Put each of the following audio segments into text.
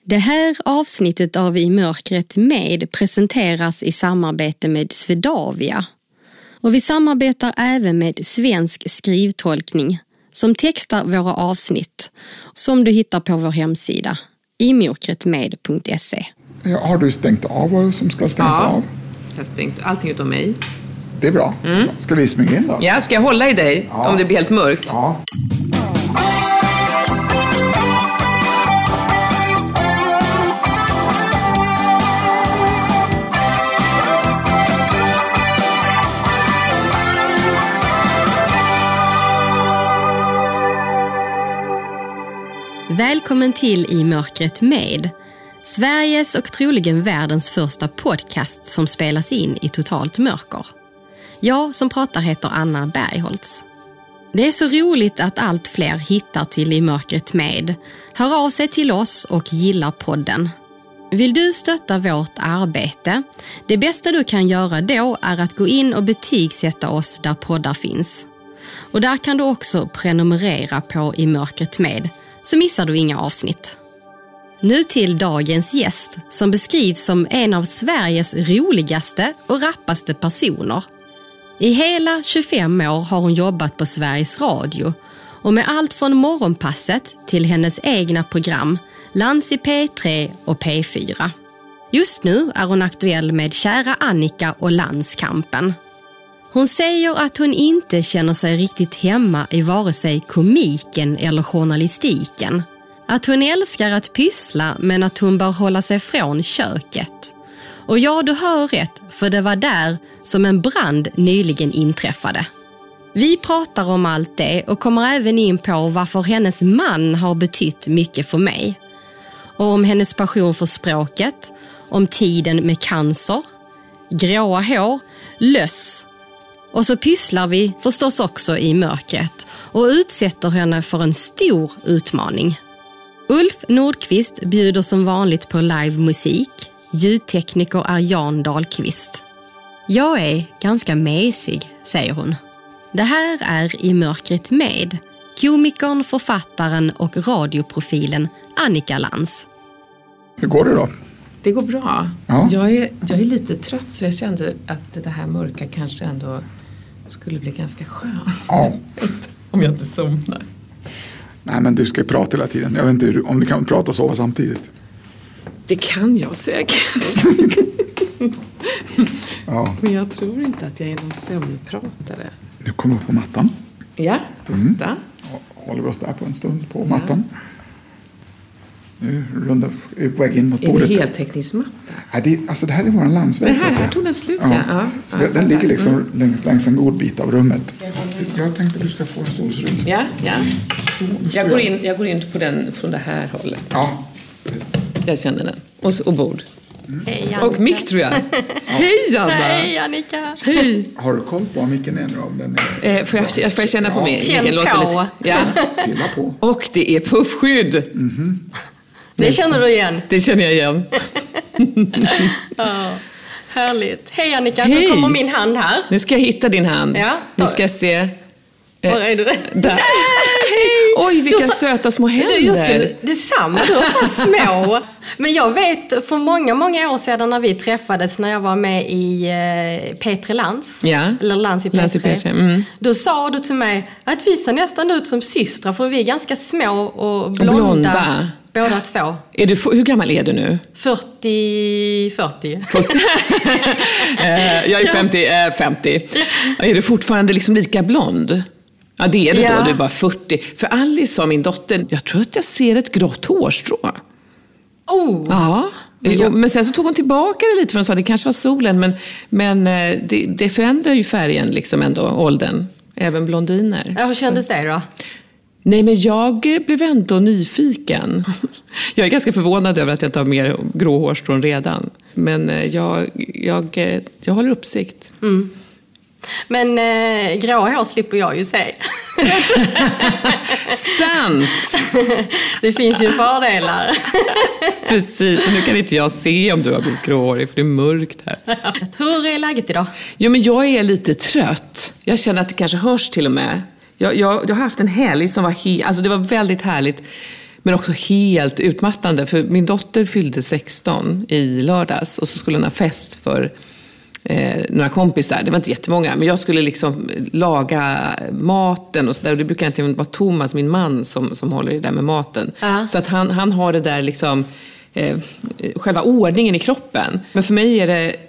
Det här avsnittet av I mörkret med presenteras i samarbete med Swedavia. Och vi samarbetar även med Svensk skrivtolkning som textar våra avsnitt som du hittar på vår hemsida imörkretmed.se. Ja, har du stängt av vad som ska stängas av? Jag har stängt allting utom mig. Det är bra. Ska vi smyga in då? Ja, ska jag hålla i dig om det blir helt mörkt? Ja. Välkommen till I mörkret med, Sveriges och troligen världens första podcast som spelas in i totalt mörker. Jag som pratar heter Anna Bergholtz. Det är så roligt att allt fler hittar till I mörkret med, hör av sig till oss och gillar podden. Vill du stötta vårt arbete? Det bästa du kan göra då är att gå in och betygsätta oss där poddar finns. Och där kan du också prenumerera på I mörkret med, så missar du inga avsnitt. Nu till dagens gäst som beskrivs som en av Sveriges roligaste och rappaste personer. I hela 25 år har hon jobbat på Sveriges Radio och med allt från morgonpasset till hennes egna program Lans i P3 och P4. Just nu är hon aktuell med Kära Annika och Landskampen. Hon säger att hon inte känner sig riktigt hemma i vare sig komiken eller journalistiken. Att hon älskar att pyssla men att hon bör hålla sig från köket. Och ja, du hör rätt, för det var där som en brand nyligen inträffade. Vi pratar om allt det och kommer även in på varför hennes man har betytt mycket för mig. Och om hennes passion för språket, om tiden med cancer, gråa hår, löss. Och så pysslar vi förstås också i mörkret och utsätter henne för en stor utmaning. Ulf Nordqvist bjuder som vanligt på livemusik. Ljudtekniker är Jan Dahlqvist. Jag är ganska mesig, säger hon. Det här är I mörkret med komikern, författaren och radioprofilen Annika Lantz. Hur går det då? Det går bra. Ja. Jag är lite trött så jag kände att det här mörka kanske ändå skulle bli ganska skönt. Ja. Om jag inte somnar. Nej, men du ska ju prata hela tiden. Jag vet inte om du kan prata och sova samtidigt. Det kan jag säkert. Ja. Men jag tror inte att jag är någon sömnpratare. Nu kommer vi upp på mattan. Ja, matta. Håller vi oss där på en stund på mattan. Nu rundar vi på väg in mot bordet. Är det heltäckningsmatta? Nej, det här är vår landsväg. Det här tog den slut, ja. Så den ligger liksom längs en god bit av rummet. Jag tänkte att du ska få en stolsrygg. Ja. Så, Jag går in på den från det här hållet. Ja. Jag känner den. Och bord. Hej, Annika. Och mick, tror jag. Hej, Anna. Hej, Annika. Hej. Har du koll på om micken är nu? Om den är... Får jag känna på mig? Känn på. Ja. Pilla på. Och det är puffskydd. Mm-hmm. Det känner du igen. Det känner jag igen. Ja, härligt. Hej Annika, Hej. nu kommer min hand här. Nu ska jag hitta din hand. Ja, vi ska se. Var är du? Där. Oj, vilka söta små händer. Du, just detsamma, du har så små. Men jag vet, för många år sedan när vi träffades, när jag var med i P3 Lans, eller Lans i P3, då sa du till mig att vi ser nästan ut som systrar, för vi är ganska små och blonda. Båda två. Hur gammal är du nu? 40. Jag är 50. Är du fortfarande liksom lika blond? Ja, det är det då. Du är bara 40. För Alice sa, min dotter, jag tror att jag ser ett grått hårstrå. Oh. Ja. Men sen så tog hon tillbaka det lite, för hon sa att det kanske var solen. Men det förändrar ju färgen liksom ändå, åldern. Även blondiner. Ja, hur kändes det då? Nej, men jag blev ändå nyfiken. Jag är ganska förvånad över att jag inte har mer grå hårstrån redan. Men jag håller uppsikt. Mm. Men grå hår slipper jag ju se. Sant! Det finns ju fördelar. Precis, och nu kan inte jag se om du har blivit gråhårig, för det är mörkt här. Hur är läget idag? Jo, men jag är lite trött. Jag känner att det kanske hörs till och med. Jag har haft en helg som var alltså det var väldigt härligt. Men också helt utmattande, för min dotter fyllde 16 i lördags och så skulle hon ha fest för några kompisar. Det var inte jättemånga, men jag skulle liksom laga maten och så där, och det brukar inte vara Thomas, min man, som håller det där med maten. Så att han har det där liksom själva ordningen i kroppen. Men för mig är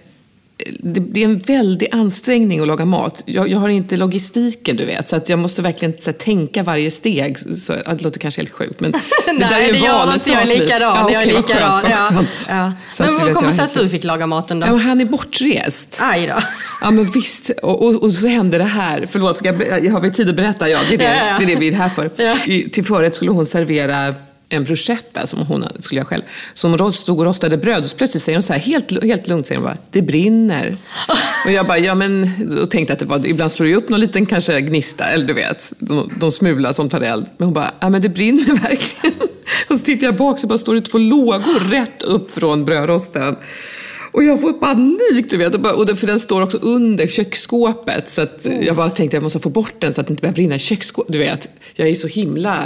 det är en väldig ansträngning att laga mat. Jag har inte logistiken, du vet. Så att jag måste verkligen så här, tänka varje steg. Så det låter kanske helt sjukt. Men nej, det där är ju vanligt. Jag är likadan. Jag är likadan. Ja. Men vad kommer det att du fick laga maten då? Ja, han är bortrest. Aj då. Ja, men visst. Och så hände det här. Förlåt, jag har väl tid att berätta? Ja, det är det vi är här för. Ja. Till förrätt skulle hon servera en bruschetta som hon skulle göra själv. Så hon stod och rostade bröd. Och så plötsligt säger hon så här, helt lugnt säger hon bara, det brinner. Och jag bara, och tänkte att det var, ibland slår det upp någon liten kanske gnista, eller du vet, de smular som tar eld. Men hon bara, ja men det brinner verkligen. Och så tittar jag bak så bara står det 2 lågor rätt upp från brödrosten. Och jag får panik, du vet. För den står också under köksskåpet. Så att jag bara tänkte att jag måste få bort den så att det inte börjar brinna i köksskåpet. Du vet, jag är så himla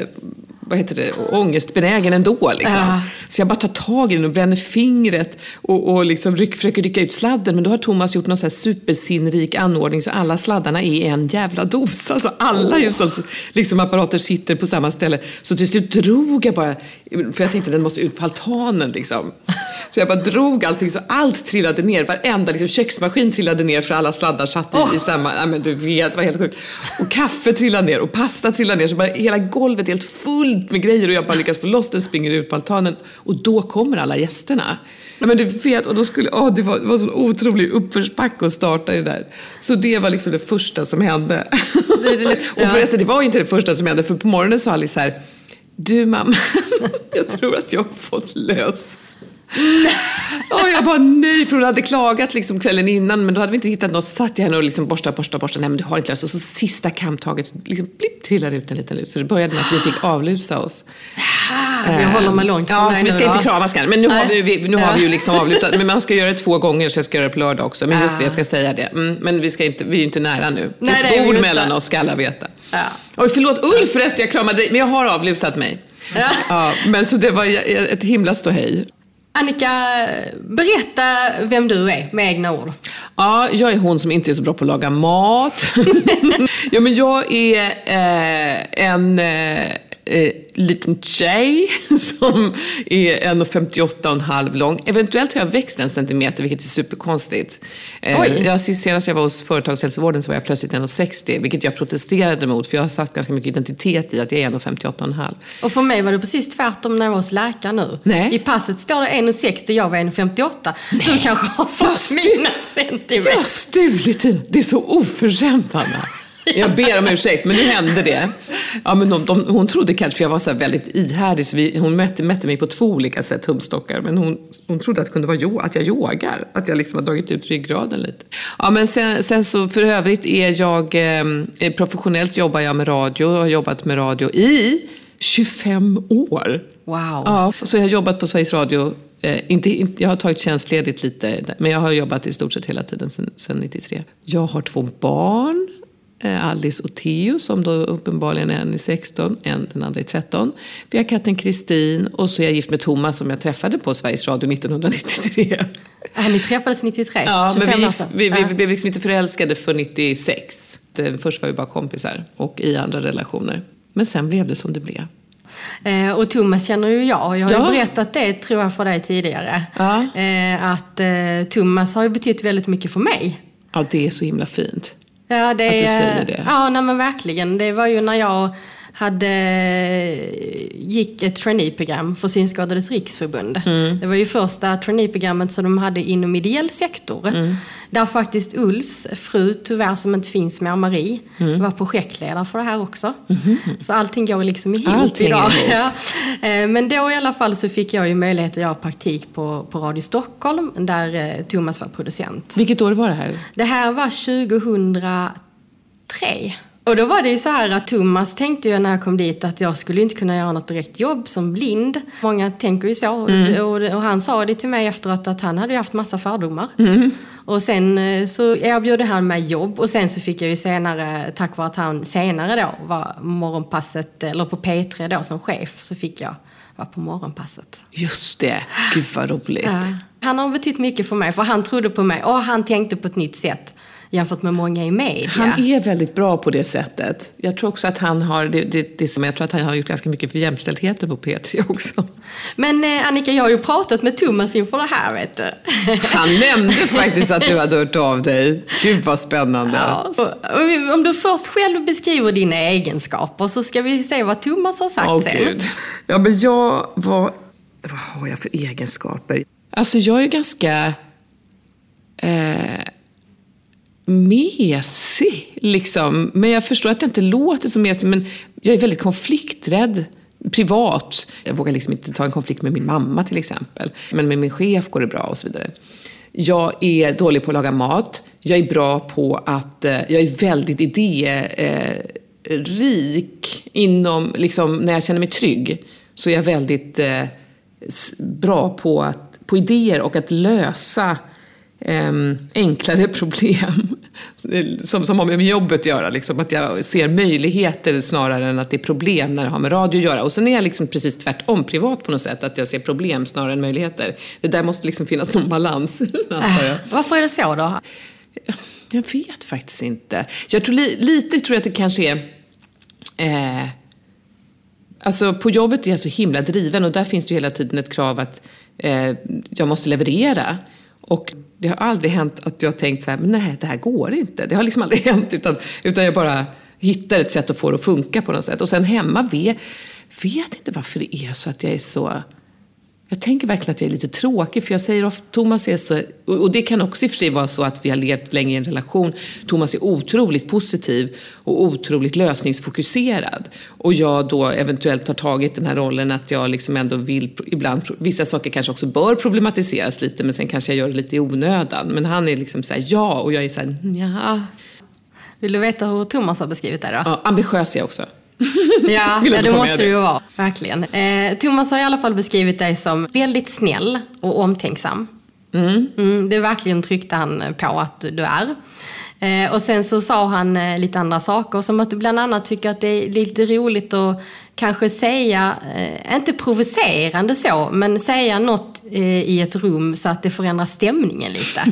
ångestbenägen ändå. Liksom. Så jag bara tar tag i den och bränner fingret. Och liksom försöker rycka ut sladden. Men då har Thomas gjort någon så här supersinnrik anordning. Så alla sladdarna är en jävla dos. Alltså alla liksom apparater sitter på samma ställe. Så till slut drog jag bara. För jag tänkte att den måste ut på altanen liksom. Så jag bara drog allting så allt trillade ner. Varenda liksom, köksmaskin trillade ner för alla sladdar satt i samma... Ja, men du vet, det var helt sjukt. Och kaffe trillade ner och pasta trillade ner. Så bara hela golvet är helt fullt med grejer. Och jag bara lyckas få loss den, springer ut på altanen. Och då kommer alla gästerna. Ja, men du vet, och då skulle... det var så otrolig uppförsbacke att starta det där. Så det var liksom det första som hände. Och förresten, det var inte det första som hände. För på morgonen sa Alice så här... Du mamma, jag tror att jag har fått lös. Och jag bara nej, för hon hade klagat liksom kvällen innan, men då hade vi inte hittat något. Så satt jag henne och liksom borsta. Nej, men du har inte löst. Och så sista kamptaget liksom trillade ut en liten lus. Så det började med att vi fick avlusa oss. Jag håller mig långt från så vi ska inte kramas kan. Men nu har vi ju liksom avlutat. Men man ska göra det 2 gånger, så jag ska göra det på lördag också. Men just det, jag ska säga det. Men vi är ju inte nära nu. Nej, det bord mellan oss ska alla veta. Och förlåt Ulf förresten, jag kramade dig. Men jag har avlusat mig. Men så det var ett himla ståhej. Annika, berätta vem du är med egna ord. Ja, jag är hon som inte är så bra på att laga mat. Ja, men jag är en liten tjej som är 1,58,5 lång. Eventuellt har jag växt 1 centimeter, vilket är superkonstigt. Senast jag var hos företagshälsovården så var jag plötsligt 1,60, vilket jag protesterade mot, för jag har satt ganska mycket identitet i att jag är 1,58,5. Och för mig var det precis tvärtom när jag var hos läkaren nu. Nej. I passet står det 1,60 och jag var 1,58. Du kanske har fått mina centimeter. Jag har stulit in. Det är så oförskämt, Anna. Jag ber om ursäkt, men nu hände det. Ja, men hon trodde kanske, för jag var så här väldigt ihärdig, så hon mätte mig på 2 olika sätt, tumstockar. Men hon trodde att det kunde vara att jag yogar, att jag liksom har dragit ut ryggraden lite. Ja, men sen så för övrigt är jag professionellt jobbar jag med radio. Jag har jobbat med radio i 25 år. Wow. Ja, så jag har jobbat på Sveriges Radio. Jag har tagit tjänstledigt lite, men jag har jobbat i stort sett hela tiden sedan 93. Jag har 2 barn. Alice och Theo, som då uppenbarligen är en i 16, den andra i 13. Vi har katten Kristin, och så är jag gift med Thomas som jag träffade på Sveriges Radio 1993. Ni träffades 93? Ja, men vi blev liksom inte förälskade för 96. Först var vi bara kompisar och i andra relationer. Men sen blev det som det blev. Och Thomas känner ju jag har ju berättat det, tror jag, för dig tidigare. Att Thomas har ju betytt väldigt mycket för mig. Ja, det är så himla fint. Ja, att du säger det. Ja, nej, men verkligen. Det var ju när jag gick ett traineeprogram för Synskadades riksförbund. Det var ju första traineeprogrammet som de hade inom ideell sektor. Där faktiskt Ulfs fru, tyvärr som inte finns med, Marie, var projektledare för det här också. Så allting går liksom ihop idag. Ja. Men då i alla fall så fick jag ju möjlighet att göra praktik på Radio Stockholm, där Thomas var producent. Vilket år var det här? Det här var 2003. Och då var det ju så här att Thomas tänkte ju när jag kom dit att jag skulle inte kunna göra något direkt jobb som blind. Många tänker ju så. Och han sa det till mig efteråt att han hade ju haft massa fördomar. Och sen så erbjöd han mig jobb. Och sen så fick jag ju senare, tack vare att han senare då var morgonpasset, eller på P3 då som chef, så fick jag vara på morgonpasset. Just det, gud vad roligt. Ja. Han har betytt mycket för mig, för han trodde på mig och han tänkte på ett nytt sätt jämfört med många i media. Han är väldigt bra på det sättet. Jag tror också att han har, jag tror att han har gjort ganska mycket för jämställdheten på P3 också. Men Annika, jag har ju pratat med Thomas inför det här, vet du. Han nämnde faktiskt att du hade hört av dig. Gud vad spännande. Ja, om du först själv beskriver dina egenskaper så ska vi se vad Thomas har sagt sen. Gud. Ja, men vad har jag för egenskaper? Alltså jag är ganska mesig liksom. Men jag förstår att det inte låter så mesig, men jag är väldigt konflikträdd privat. Jag vågar liksom inte ta en konflikt med min mamma till exempel. Men med min chef går det bra och så vidare. Jag är dålig på att laga mat. Jag är bra på att, jag är väldigt idérik inom, liksom, när jag känner mig trygg. Så är jag väldigt bra på idéer och att lösa enklare problem som har med jobbet att göra, liksom, att jag ser möjligheter snarare än att det är problem när det har med radio att göra. Och sen är jag liksom precis tvärtom privat på något sätt, att jag ser problem snarare än möjligheter. Det där måste liksom finnas någon balans. Varför är det så då? Jag vet faktiskt inte. Jag tror lite tror jag att det kanske är alltså på jobbet är jag så himla driven och där finns det ju hela tiden ett krav att jag måste leverera. Och det har aldrig hänt att jag har tänkt så här, men nej, det här går inte. Det har liksom aldrig hänt, utan jag bara hittar ett sätt att få det att funka på något sätt. Och sen hemma vet inte varför det är så att jag är så... Jag tänker verkligen att jag är lite tråkig, för jag säger ofta, Thomas är så... Och det kan också i och för sig vara så att vi har levt länge i en relation. Thomas är otroligt positiv och otroligt lösningsfokuserad. Och jag då eventuellt har tagit den här rollen att jag liksom ändå vill... Ibland, vissa saker kanske också bör problematiseras lite, men sen kanske jag gör det lite i onödan. Men han är liksom så här, ja, och jag är så här, ja. Vill du veta hur Thomas har beskrivit det då? Ja, ambitiös är jag också. Ja, det måste du ju vara, verkligen. Thomas har i alla fall beskrivit dig som väldigt snäll och omtänksam. Det verkligen tryckte han på att du är. Och sen så sa han lite andra saker, som att du bland annat tycker att det är lite roligt att kanske säga, inte provocerande så, men säga något i ett rum så att det förändrar stämningen lite.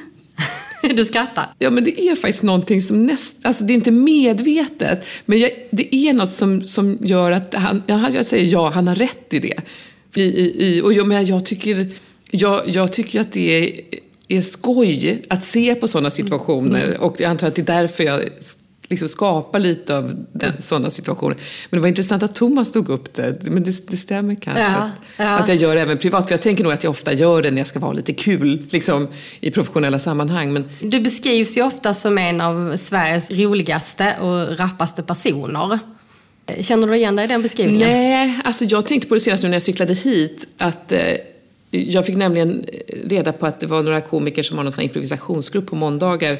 Du skrattar. Ja, men det är faktiskt någonting som alltså det är inte medvetet, men det är något som gör att jag säger han har rätt i det. Och jag tycker att det är skoj att se på sådana situationer, och jag antar att det är därför jag liksom skapar lite av sådana situationer. Men det var intressant att Thomas tog upp det. Men det stämmer kanske att jag gör det även privat. För jag tänker nog att jag ofta gör det när jag ska vara lite kul liksom, i professionella sammanhang. Men... Du beskrivs ju ofta som en av Sveriges roligaste och rappaste personer. Känner du igen dig i den beskrivningen? Nej, alltså jag tänkte på det senast nu när jag cyklade hit. Att jag fick nämligen reda på att det var några komiker som har någon sån här improvisationsgrupp på måndagar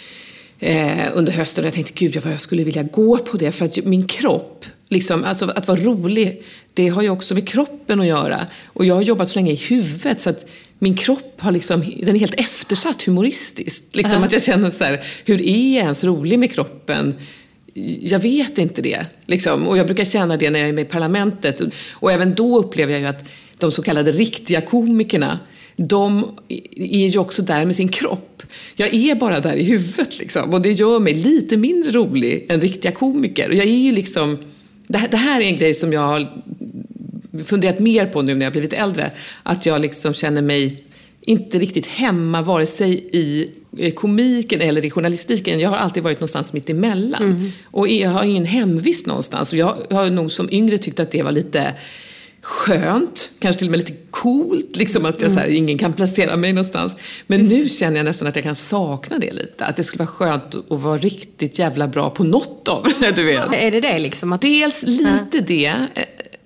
under hösten, och jag tänkte, gud, jag skulle vilja gå på det, för att min kropp, liksom, alltså att vara rolig, det har ju också med kroppen att göra, och jag har jobbat så länge i huvudet så att min kropp har liksom, den är helt eftersatt humoristiskt, liksom, att jag känner så här, hur är jag ens rolig med kroppen? Jag vet inte det, liksom. Och jag brukar känna det när jag är med i parlamentet, och även då upplever jag ju att de så kallade riktiga komikerna, de är ju också där med sin kropp. Jag är bara där i huvudet liksom, och det gör mig lite mindre rolig än riktiga komiker. Och jag är ju liksom, det här är en grej som jag har funderat mer på nu när jag blivit äldre, att jag liksom känner mig inte riktigt hemma vare sig i komiken eller i journalistiken. Jag har alltid varit någonstans mitt emellan. Och jag har ingen hemvist någonstans, och jag har nog som yngre tyckt att det var lite skönt, kanske till och med lite coolt, liksom, att jag så här, ingen kan placera mig någonstans. Men nu känner jag nästan att jag kan sakna det lite. Att det skulle vara skönt att vara riktigt jävla bra på något av det, du vet. Är det liksom? Dels lite det.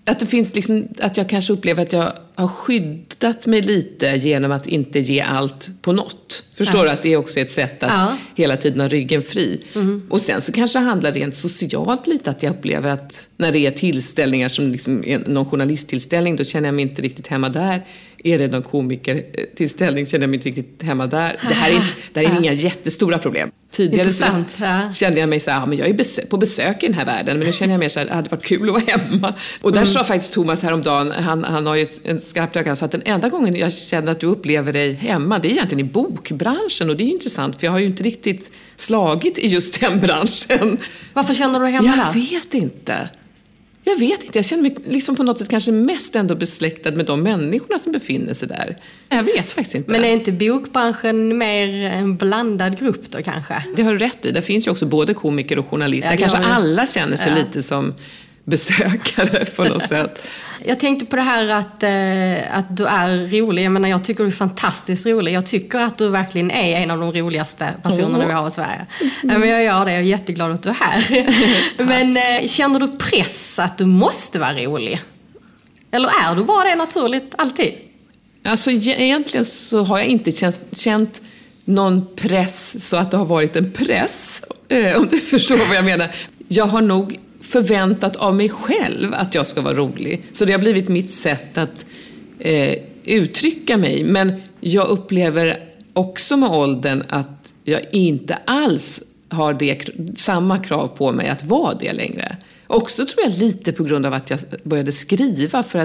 Att det finns liksom, att jag kanske upplever att jag har skyddat mig lite genom att inte ge allt på något. Förstår du att det är också ett sätt att hela tiden ha ryggen fri. Och sen så kanske det handlar rent socialt lite att jag upplever att när det är tillställningar som liksom någon journalisttillställning, då känner jag mig inte riktigt hemma där. Är det någon komikertillställning känner jag mig inte riktigt hemma där. Det här är inga jättestora problem. Tidigare så kände jag mig så här, men jag är på besök i den här världen. Men nu känner jag mer så här, det hade varit kul att vara hemma. Och där sa faktiskt Thomas häromdagen, han har ju en skarpt öga, så att den enda gången jag känner att du upplever dig hemma, det är egentligen i bokbranschen. Och det är ju intressant, för jag har ju inte riktigt slagit i just den branschen. Varför känner du dig hemma där? Jag vet inte. Jag känner mig liksom på något sätt kanske mest ändå besläktad med de människorna som befinner sig där. Jag vet faktiskt inte. Men är inte bokbranschen mer en blandad grupp då kanske? Det har du rätt i. Det finns ju också både komiker och journalister. Ja, kanske alla känner sig lite som besökare på något sätt. Jag tänkte på det här att du är rolig. Jag menar, jag tycker du är fantastiskt rolig. Jag tycker att du verkligen är en av de roligaste personerna vi har i Sverige. Men jag gör det. Jag är jätteglad att du är här. Men känner du press att du måste vara rolig? Eller är du bara det naturligt alltid? Alltså egentligen så har jag inte känt någon press så att det har varit en press. Om du förstår vad jag menar. Jag har nog förväntat av mig själv att jag ska vara rolig. Så det har blivit mitt sätt att uttrycka mig. Men jag upplever också med åldern att jag inte alls har samma krav på mig att vara det längre. Också tror jag lite på grund av att jag började skriva för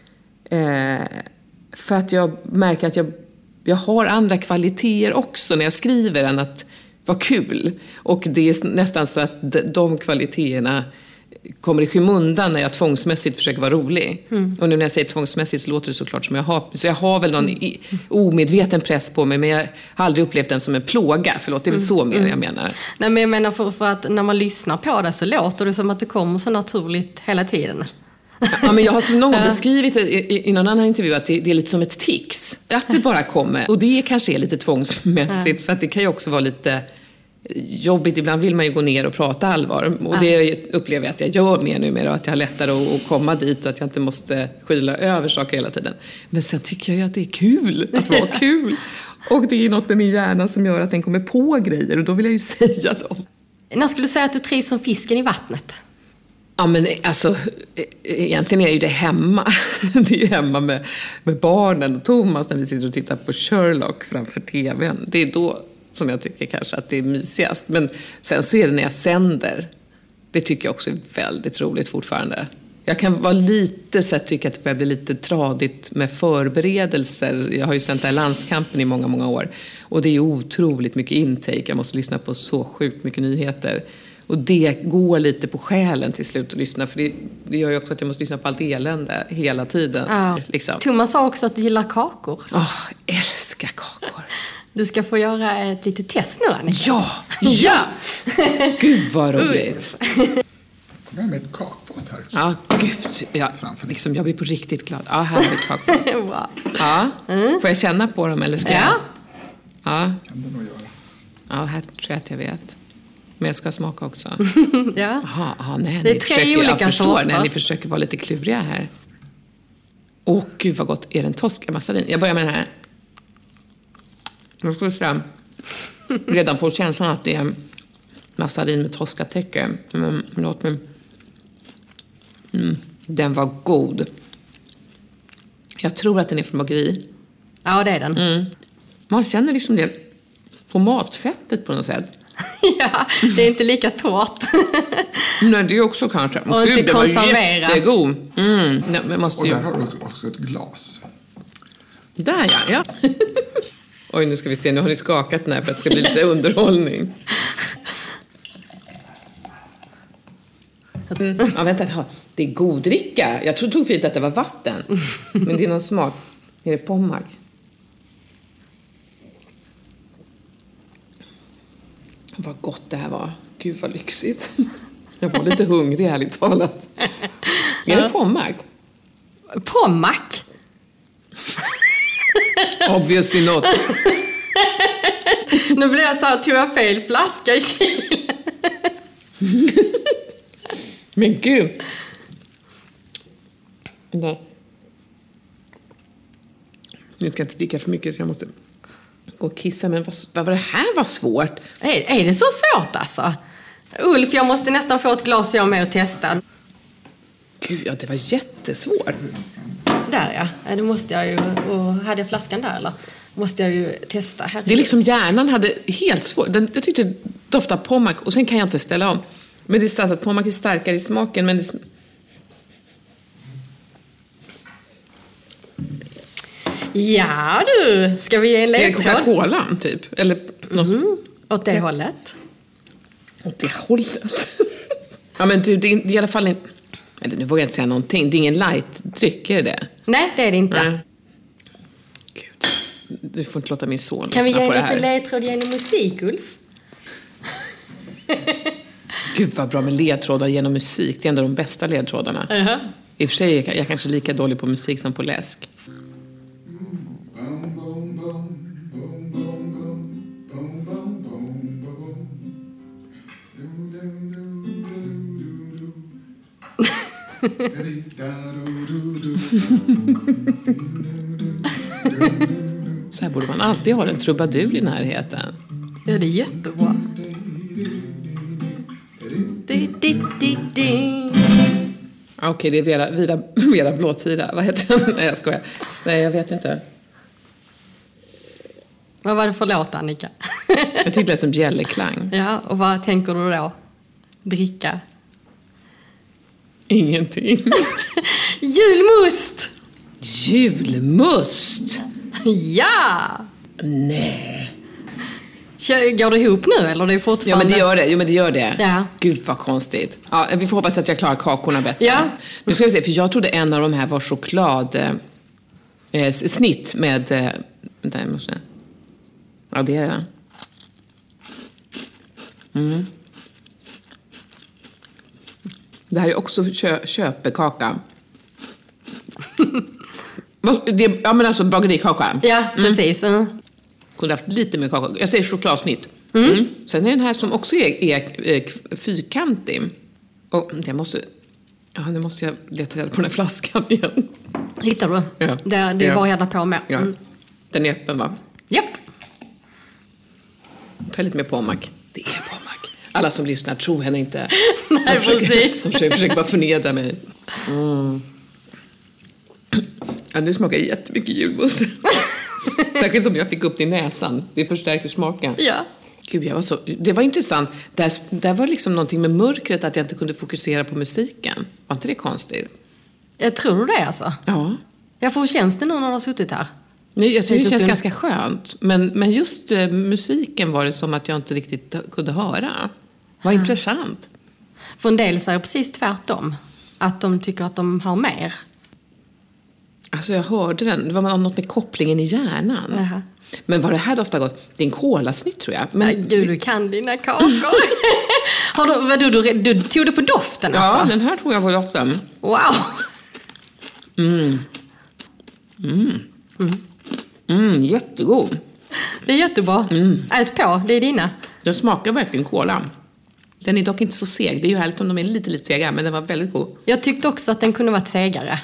att jag märker att jag har andra kvaliteter också när jag skriver än att vara kul. Och det är nästan så att de kvaliteterna kommer i skymundan när jag tvångsmässigt försöker vara rolig. Och nu när jag säger tvångsmässigt så låter det såklart som jag har väl någon omedveten press på mig, men jag har aldrig upplevt den som en plåga. Förlåt, det är väl så mer jag menar. Nej, men jag menar för att när man lyssnar på det så låter det som att det kommer så naturligt hela tiden. Ja, men jag har som någon gång beskrivit i någon annan intervju att det är lite som ett tics. Att det bara kommer. Och det kanske är lite tvångsmässigt, för att det kan ju också vara lite jobbigt. Ibland vill man ju gå ner och prata allvar. Och det upplever jag att jag gör mer numera. Och att jag har lättare att komma dit och att jag inte måste skyla över saker hela tiden. Men sen tycker jag att det är kul att vara kul. Och det är något med min hjärna som gör att den kommer på grejer. Och då vill jag ju säga dem. När skulle du säga att du trivs som fisken i vattnet? Ja, men alltså, egentligen är ju det hemma. Det är ju hemma med barnen och Thomas när vi sitter och tittar på Sherlock framför tvn. Det är då som jag tycker kanske att det är mysigast. Men sen så är det när jag sänder. Det tycker jag också är väldigt roligt fortfarande. Jag kan vara lite så att tycka att det börjar bli lite tradigt med förberedelser. Jag har ju sänt där Landskampen i många, många år. Och det är ju otroligt mycket intake. Jag måste lyssna på så sjukt mycket nyheter. Och det går lite på själen till slut att lyssna. För det gör ju också att jag måste lyssna på allt elände hela tiden. Ja. Liksom. Thomas sa också att du gillar kakor. Älskar kakor. Du ska få göra ett litet test nu, Annika. Ja! Gud vad roligt. Jag har med ett kakfat här. Ja, gud. Jag blir på riktigt glad. Ja, här är ett kakfat. Wow. Ja. Får jag känna på dem eller ska jag? Ja. Kan du nog göra. Ja, här tror jag att jag vet. Men jag ska smaka också. Ja. Nej, det är tre olika sorter. Nej, ni försöker vara lite kluriga här. Gud vad gott. Är det en Tosca-massarin? Jag börjar med den här. Nu ska vi fram. Redan på känslan att det är massarin med Tosca-täcke. Låt mig. Den var god. Jag tror att den är från bageri. Ja, det är den. Man känner liksom det på matfettet på något sätt. Ja, det är inte lika torrt. Nej, det är också kanske. Och inte konserverat. Det är god. Och där har du också ett glas. Där ja. Oj, nu ska vi se. Nu har ni skakat den här för att det ska bli lite underhållning. Ja, vänta. Det är god dricka. Jag tog för att det var vatten. Men det är någon smak. Är det pommac? Vad gott det här var. Gud vad lyxigt. Jag var lite hungrig, ärligt talat. Är det pommac? Pommac? Obviously not. Nu blev jag så här, tog jag fel flaska i kylen. Men gud. Nej. Nu ska jag inte dricka för mycket så jag måste gå och kissa. Men vad var det här var svårt? Är det så svårt alltså? Ulf, jag måste nästan få ett glas jag med och testa. Gud, ja, det var jättesvårt. Där ja, det måste jag ju. Och hade jag flaskan där eller? Måste jag ju testa. Herregud. Det är liksom hjärnan hade helt svårt. Jag tyckte det doftade pommac och sen kan jag inte ställa om. Men det är sant att pommac är starkare i smaken. Men det... Ja du, ska vi ge en ledtråd? Är det Coca-Cola typ? Eller något? Åt det hållet. Åt det hållet? Ja men du, det är i alla fall en... Eller nu vågar jag inte säga någonting. Det är ingen light-dryck, är det? Nej, det är det inte. Nej. Gud, du får inte låta min son kan vi ge på en liten ledtråd genom musik, Ulf? Gud vad bra med ledtrådar genom musik. Det är ändå de bästa ledtrådarna. I och för sig är jag kanske lika dålig på musik som på läsk. Så här borde man alltid ha en trubadur i närheten. Ja, det är jättebra. Okej, det är Vera Blåtira. Vad heter den? Nej, jag skojar. Nej, jag vet inte. Vad var det för låt, Annika? Jag tyckte det lät som bjällerklang. Ja, och vad tänker du då? Dricka? Ingenting. Julmust! Julmust? Ja! Nej. Går det ihop nu eller det är fortfarande... Ja, men det gör det. Jo, men det gör det. Ja. Gud, vad konstigt. Ja, vi får hoppas att jag klarar kakorna bättre. Ja. Nu ska vi se, för jag trodde en av de här var choklad... snitt med... Vänta, jag måste... Ja, det är det. Mm. Det här är också köpekaka. Ja, men alltså bagerikaka. Ja, precis. Kunde haft lite mer kakao. Jag säger chokladsnitt. Sen är den här som också är fyrkantig. Och nu måste jag leta reda på den här flaskan igen. Hittar du? Ja. Det är bara att hälla på med. Ja. Den är öppen, va? Japp. Ta lite mer pommac. Det är pommac. Alla som lyssnar tror henne inte. Nej, precis. De försöker bara förnedra mig. Ja, nu smakar jag jättemycket julmust. Särskilt som jag fick upp det i näsan. Det förstärker smaken. Ja. Gud, det var intressant. Där var liksom någonting med mörkret att jag inte kunde fokusera på musiken. Var inte det konstigt? Jag tror det alltså. Ja. Jag får känns det nu när du har suttit här? Nej, jag tycker det känns ganska skönt. Men just musiken var det som att jag inte riktigt kunde höra. Vad intressant. För en del säger precis tvärtom. Att de tycker att de har mer. Alltså jag hörde den. Det var något med kopplingen i hjärnan. Jaha. Men vad det här doftar gott? Det är en kolasnitt, tror jag. Men Nej, gud, du kan dina kakor. Du tog det på doften alltså? Ja, den här tog jag på doften. Wow. Jättegod. Det är jättebra. Ät på, det är dina. Den smakar verkligen kola. Den är dock inte så seg. Det är ju härligt om de är lite sega, men den var väldigt god. Jag tyckte också att den kunde varit segare.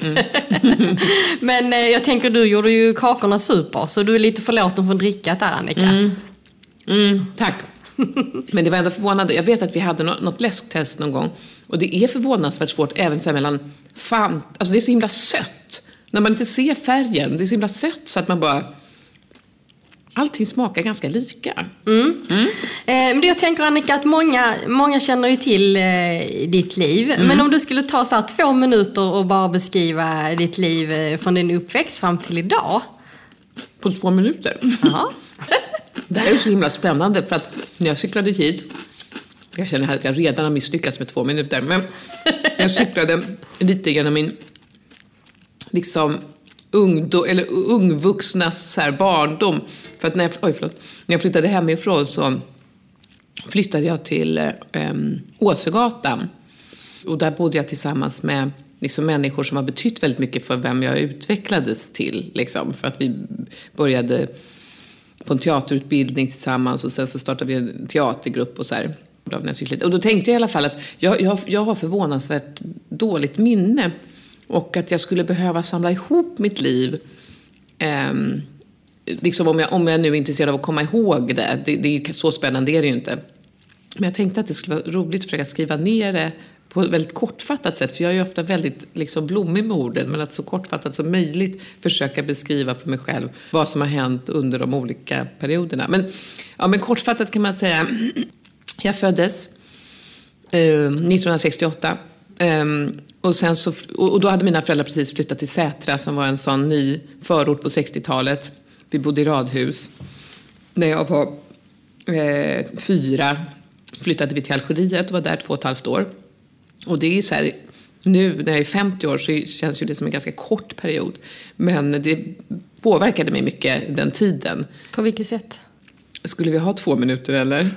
Men jag tänker, du gjorde ju kakorna super. Så du är lite förlåten för drickat där, Annika. Tack. Men det var ändå förvånande. Jag vet att vi hade något läsktest någon gång. Och det är förvånansvärt svårt även så här mellan alltså det är så himla sött. När man inte ser färgen. Det är så himla sött så att man bara... Allting smakar ganska lika. Men jag tänker, Annika, att många känner ju till ditt liv. Men om du skulle ta så här 2 minuter och bara beskriva ditt liv från din uppväxt fram till idag. På 2 minuter? Ja. Det här är så himla spännande för att när jag cyklade hit... Jag känner att jag redan har misslyckats med 2 minuter. Men jag cyklade lite genom min... liksom... ungvuxnas så här barndom. För att när jag flyttade hemifrån så flyttade jag till Åsögatan. Och där bodde jag tillsammans med liksom människor som har betytt väldigt mycket för vem jag utvecklades till. Liksom. För att vi började på en teaterutbildning tillsammans och sen så startade vi en teatergrupp och så här. Och då tänkte jag i alla fall att jag har förvånansvärt dåligt minne Och att jag skulle behöva samla ihop mitt liv. Liksom om jag nu är intresserad av att komma ihåg det. Det är ju så spännande, det är det ju inte. Men jag tänkte att det skulle vara roligt att försöka skriva ner det på ett väldigt kortfattat sätt. För jag är ju ofta väldigt liksom blommig med orden. Men att så kortfattat som möjligt försöka beskriva för mig själv vad som har hänt under de olika perioderna. Men kortfattat kan man säga. Jag föddes 1968. Och då hade mina föräldrar precis flyttat till Sätra, som var en sån ny förort på 60-talet. Vi bodde i radhus. När jag var 4 flyttade vi till Algeriet och var där 2,5 år. Och det är så här, nu när jag är 50 år så känns ju det som en ganska kort period. Men det påverkade mig mycket den tiden. På vilket sätt? Skulle vi ha 2 minuter eller?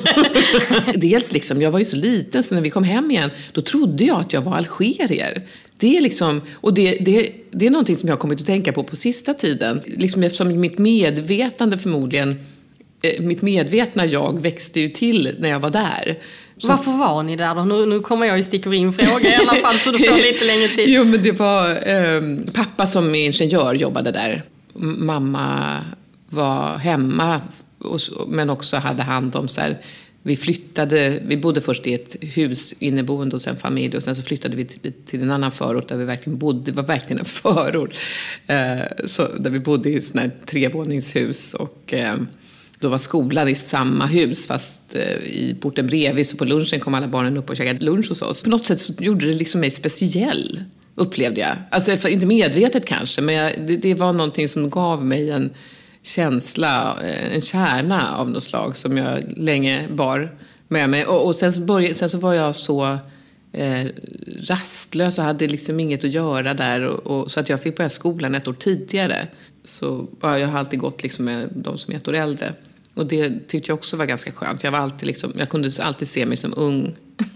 Dels liksom, jag var ju så liten så när vi kom hem igen, då trodde jag att jag var algerier. Det är liksom, och det är någonting som jag har kommit att tänka på sista tiden. Liksom eftersom mitt medvetande förmodligen, mitt medvetna jag växte ju till när jag var där. Så. Varför var ni där då? Nu kommer jag ju stickor in fråga i alla fall så du får lite längre tid. Jo, men det var pappa som är ingenjör jobbade där. Mamma var hemma men också hade hand om så här. Vi bodde först i ett hus inneboende hos en familj och sen så flyttade vi till en annan förort där vi verkligen bodde. Det var verkligen en förort. Där vi bodde i sån här 3-våningshus och då var skolan i samma hus fast i porten bredvid, så på lunchen kom alla barnen upp och käkade lunch hos oss. På något sätt så gjorde det liksom mig speciell, upplevde jag. Alltså inte medvetet kanske, men det var någonting som gav mig en känsla, en kärna av något slag som jag länge bar med mig. Och sen så var jag så rastlös och hade liksom inget att göra där. Och så att jag fick börja skolan 1 år tidigare. Så jag har alltid gått liksom med de som är 1 år äldre. Och det tyckte jag också var ganska skönt. Jag kunde alltid se mig som ung.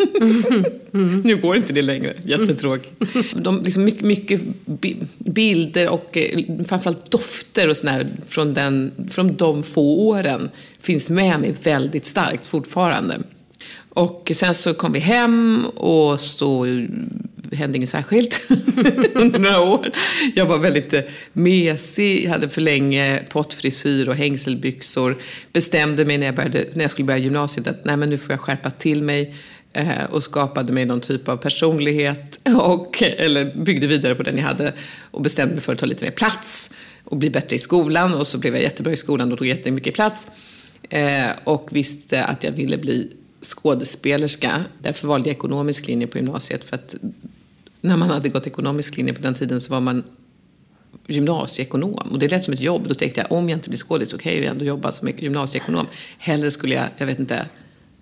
Nu går inte det längre. Jättetråkigt. Liksom mycket bilder och framförallt dofter och sådär från de få åren finns med mig väldigt starkt fortfarande. Och sen så kom vi hem och så hände inget särskilt under några år. Jag var väldigt mesig, hade för länge pottfrisyr och hängselbyxor. Bestämde mig när jag skulle börja gymnasiet att nej, men nu får jag skärpa till mig. Och skapade mig någon typ av personlighet eller byggde vidare på den jag hade och bestämde mig för att ta lite mer plats och bli bättre i skolan. Och så blev jag jättebra i skolan och tog jättemycket plats och visste att jag ville bli skådespelerska. Därför valde jag ekonomisk linje på gymnasiet, för att när man hade gått ekonomisk linje på den tiden så var man gymnasieekonom. Och det lät som ett jobb. Då tänkte jag, om jag inte blir skådis så kan jag ju ändå jobba som gymnasieekonom. Hellre skulle jag vet inte.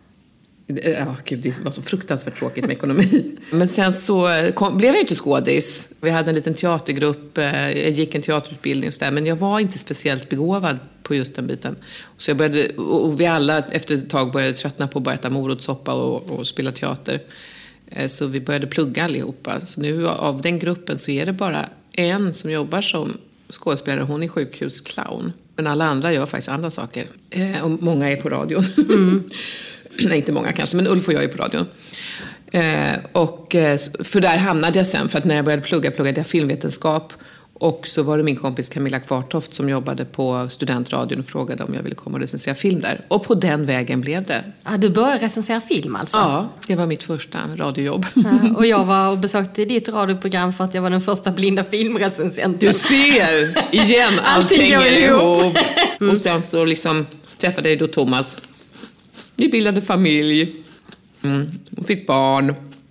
Gud, det var så fruktansvärt tråkigt med ekonomi. Men sen så blev jag inte skådis. Vi hade en liten teatergrupp. Jag gick en teaterutbildning och så där, men jag var inte speciellt begåvad på just den biten. Så jag började, och vi alla efter ett tag började tröttna på att bara äta morotssoppa och spela teater. Så vi började plugga allihopa. Så nu av den gruppen så är det bara en som jobbar som skådespelare. Hon är sjukhusclown. Men alla andra gör faktiskt andra saker. Och många är på radion. Nej, inte många kanske, men Ulf och jag är på radion. För där hamnade jag sen, för att när jag började pluggade jag filmvetenskap. Och så var det min kompis Camilla Kvartoft som jobbade på studentradion och frågade om jag ville komma och recensera film där. Och på den vägen blev det. Ja, du började recensera film alltså? Ja, det var mitt första radiojobb. Ja, och jag var och besökte ditt radioprogram för att jag var den första blinda filmrecensenten. Du ser, igen, allting hänger ihop. Och sen så liksom träffade jag då Thomas. Vi bildade familj. Och fick barn.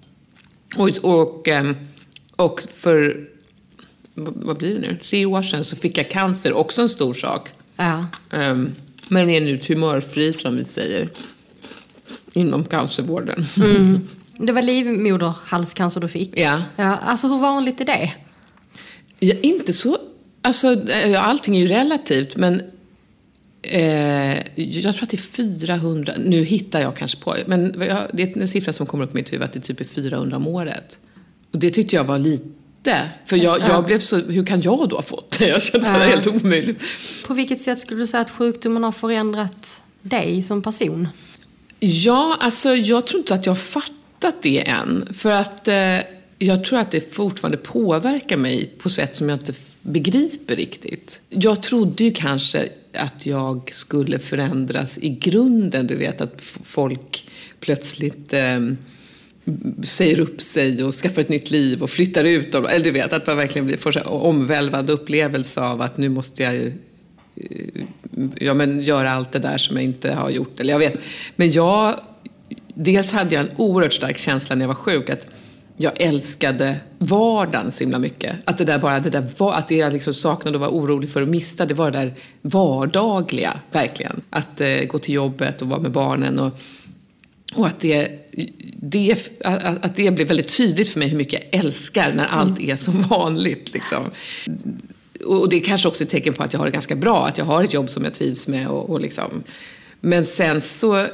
Och för, vad blir det nu? 3 år sedan så fick jag cancer. Också en stor sak. Ja. Men är nu tumörfri, som vi säger. Inom cancervården. Det var livmoderhalscancer du fick. Ja. Alltså hur vanligt är det? Ja, inte så. Alltså, allting är ju relativt, men jag tror att det är 400. Nu hittar jag kanske på, men det är en siffra som kommer upp i mitt huvud att det typ är 400 om året. Och det tyckte jag var lite. För jag blev så, hur kan jag då ha fått det? Jag kände det helt omöjligt. På vilket sätt skulle du säga att sjukdomen har förändrat dig som person? Ja, alltså jag tror inte att jag har fattat det än. För att Jag tror att det fortfarande påverkar mig på sätt som jag inte begriper riktigt. Jag trodde ju kanske att jag skulle förändras i grunden. Du vet att folk plötsligt säger upp sig och skaffar ett nytt liv och flyttar ut. Eller du vet att man verkligen får så omvälvande upplevelse av att nu måste jag göra allt det där som jag inte har gjort. Eller jag vet. Men dels hade jag en oerhört stark känsla när jag var sjuk att jag älskade vardagen så himla mycket. Att att det jag liksom saknade och var orolig för att mista, det var det där vardagliga, verkligen. Att gå till jobbet och vara med barnen och att det blev väldigt tydligt för mig hur mycket jag älskar när allt är som vanligt. Liksom. Och det är kanske också ett tecken på att jag har det ganska bra, att jag har ett jobb som jag trivs med. Och liksom. Men sen så,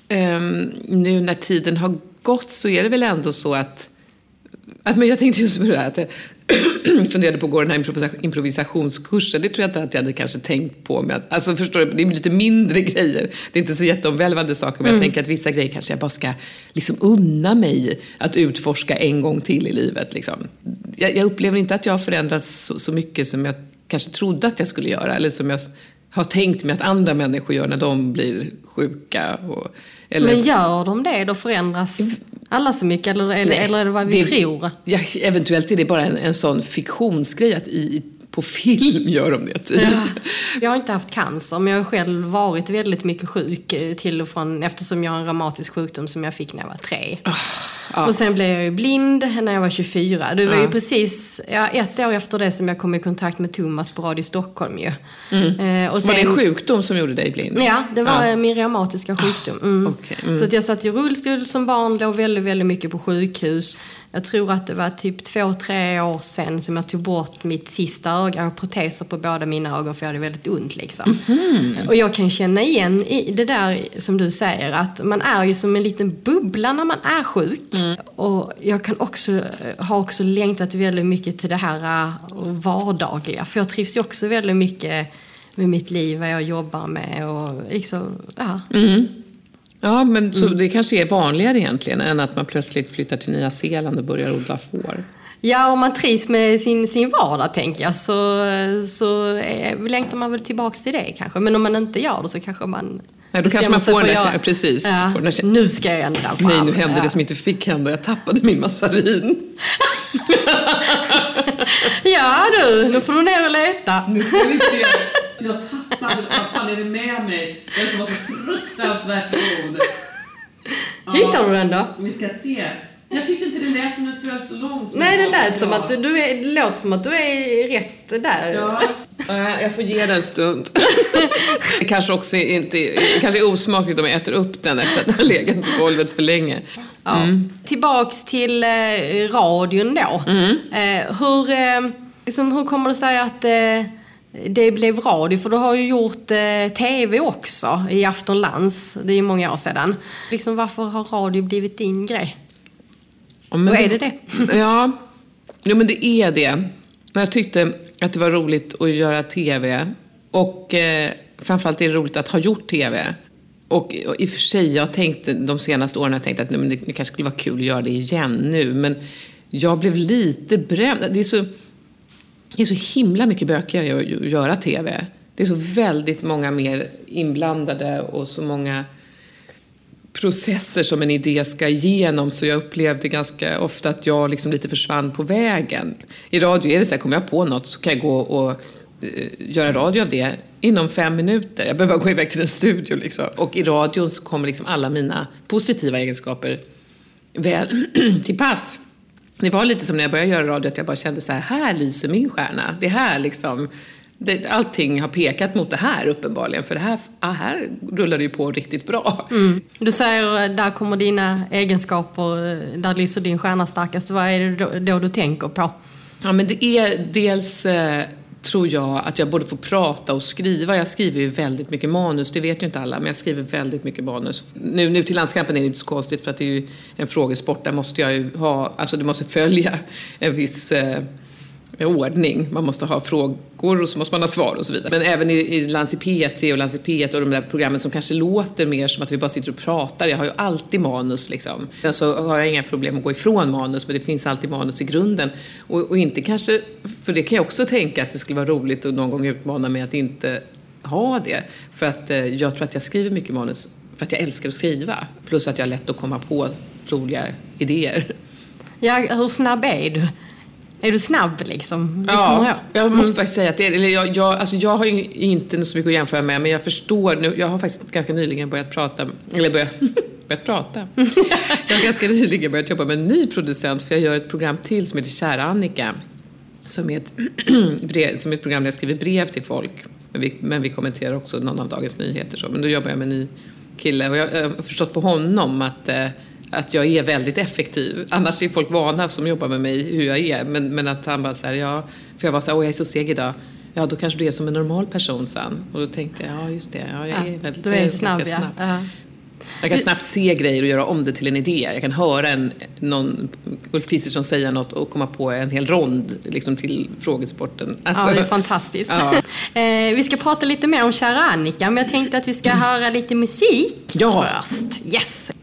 nu när tiden har gått så är det väl ändå så att men jag tänkte just på det här att jag funderade på att gå den här improvisationskursen. Det tror jag inte att jag hade kanske tänkt på. Alltså förstår du, det är lite mindre grejer. Det är inte så jätteomvälvande saker. Men jag tänker att vissa grejer kanske jag bara ska liksom unna mig att utforska en gång till i livet. Liksom. Jag upplever inte att jag har förändrats så mycket som jag kanske trodde att jag skulle göra. Eller som jag har tänkt mig att andra människor gör när de blir sjuka. Men gör de det? Då förändras alla så mycket? Eller är det vad vi tror? Ja, eventuellt är det bara en sån fiktionsgrej att på film gör de det typ. Ja. Jag har inte haft cancer, men jag har själv varit väldigt mycket sjuk till och från, eftersom jag har en reumatisk sjukdom som jag fick när jag var 3. Och sen blev jag ju blind när jag var 24. Det var ju precis 1 år efter det som jag kom i kontakt med Thomas på Radio Stockholm ju. Och sen, var det en sjukdom som gjorde dig blind? Ja, det var min reumatiska sjukdom. Så att jag satt i rullstol som barn, låg väldigt, väldigt mycket på sjukhus. Jag tror att det var typ 2-3 år sedan som jag tog bort mitt sista öga och proteser på båda mina ögon för jag hade väldigt ont liksom. Och jag kan känna igen i det där som du säger att man är ju som en liten bubbla när man är sjuk. Och jag kan också längtat väldigt mycket till det här vardagliga. För jag trivs ju också väldigt mycket med mitt liv, vad jag jobbar med och liksom, Ja, men så det kanske är vanligare egentligen än att man plötsligt flyttar till Nya Zeeland och börjar odla får. Ja, om man trivs med sin vardag tänker jag så längtar man väl tillbaka till det kanske. Men om man inte gör det så kanske man... Ja, då kanske man får den här, precis. Ja, nu ska jag ändra på. Nej, nu hände det som inte fick hända. Jag tappade min massarin. Ja du, då får du ner och leta. Nu ska vi se. Jag tappade, vad fan är det med mig? Den som var så fruktansvärt god. Hittar du den då? Vi ska se. Jag tyckte inte det lät som att det föll så långt. Nej, det lät som att det låter som att du är rätt där. Ja, jag får ge den en stund. Det kanske också kanske är osmakligt om jag äter upp den efter att den har legat på golvet för länge. Ja. Tillbaks till radion då. Hur kommer det sig att det blev radio? För du har ju gjort tv också i Aftonlands. Det är ju många år sedan. Liksom, varför har radio blivit din grej? Och är det? Ja, men det är det. Men jag tyckte att det var roligt att göra tv. Och framförallt är det roligt att ha gjort tv. Och i och för sig, jag tänkte de senaste åren att det kanske skulle vara kul att göra det igen nu. Men jag blev lite bränd. Det är så himla mycket bökigare att göra tv. Det är så väldigt många mer inblandade och så många processer som en idé ska igenom, så jag upplevde ganska ofta att jag liksom lite försvann på vägen. I radio är det så här, kommer jag på något så kan jag gå och göra radio av det inom 5 minuter. Jag behöver bara gå iväg till en studio liksom. Och i radion så kommer liksom alla mina positiva egenskaper väl till pass. Det var lite som när jag började göra radio att jag bara kände så här lyser min stjärna. Det här liksom... allting har pekat mot det här uppenbarligen. För det här rullar det ju på riktigt bra. Du säger, där kommer dina egenskaper, där lyser din stjärna starkast. Vad är det då du tänker på? Ja, men det är dels tror jag att jag både får prata och skriva. Jag skriver ju väldigt mycket manus, det vet ju inte alla. Men jag skriver väldigt mycket manus. Nu till Landskampen är det inte så konstigt för att det är ju en frågesport. Där måste jag ju ha, alltså det måste följa en viss... ordning. Man måste ha frågor och så måste man ha svar och så vidare. Men även i Lans i P3 och Lans i P1 och de där programmen som kanske låter mer som att vi bara sitter och pratar. Jag har ju alltid manus liksom. Alltså har jag inga problem att gå ifrån manus, men det finns alltid manus i grunden. Och inte kanske, för det kan jag också tänka att det skulle vara roligt att någon gång utmana mig att inte ha det. För att jag tror att jag skriver mycket manus för att jag älskar att skriva. Plus att jag har lätt att komma på roliga idéer. Ja, hur snabb är du? Är du snabb liksom? Ja, jag måste faktiskt säga att jag har ju inte så mycket att jämföra med, men jag förstår nu. Jag har faktiskt ganska nyligen börjat prata. Jag har ganska nyligen börjat jobba med en ny producent, för jag gör ett program till som heter Kära Annika. Som är ett program där jag skriver brev till folk. Men vi kommenterar också någon av dagens nyheter. Så. Men då jobbar jag med en ny kille. Och jag har förstått på honom att jag är väldigt effektiv. Annars är folk vana som jobbar med mig hur jag är. Men att han bara så här, för jag var så här, jag är så seg idag. Ja, då kanske du är som en normal person sen. Och då tänkte jag, just det. Ja, jag är väldigt, du är snabb, snabb. Ja. Jag kan snabbt se grejer och göra om det till en idé. Jag kan höra någon Ulf Kristersson säga något och komma på en hel rond liksom, till frågesporten. Alltså, ja, det är fantastiskt. Ja. Vi ska prata lite mer om Kära Annika, men jag tänkte att vi ska höra lite musik först. Yes!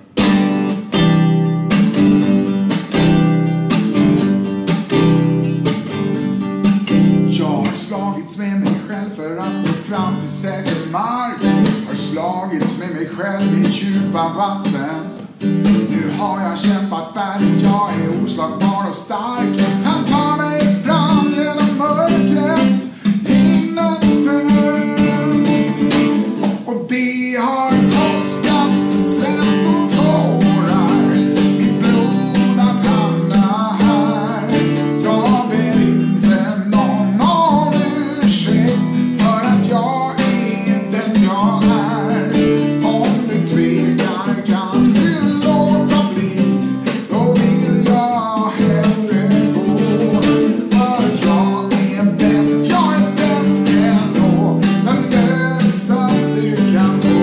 Jag har slagits med mig själv för att nå fram till säker mark. Har slagits med mig själv i djupa vatten. Nu har jag kämpat färdigt, jag är oslagbar och stark. Han tar mig fram genom mörkret i natten. Och det har kostat svett och tårar, mitt blod att hamna här. Jag ber inte någon om ursäkt för att jag är den jag är. Om du tvekar kan du låta bli, då vill jag hellre gå. För jag är bäst ändå, den bästa du kan få.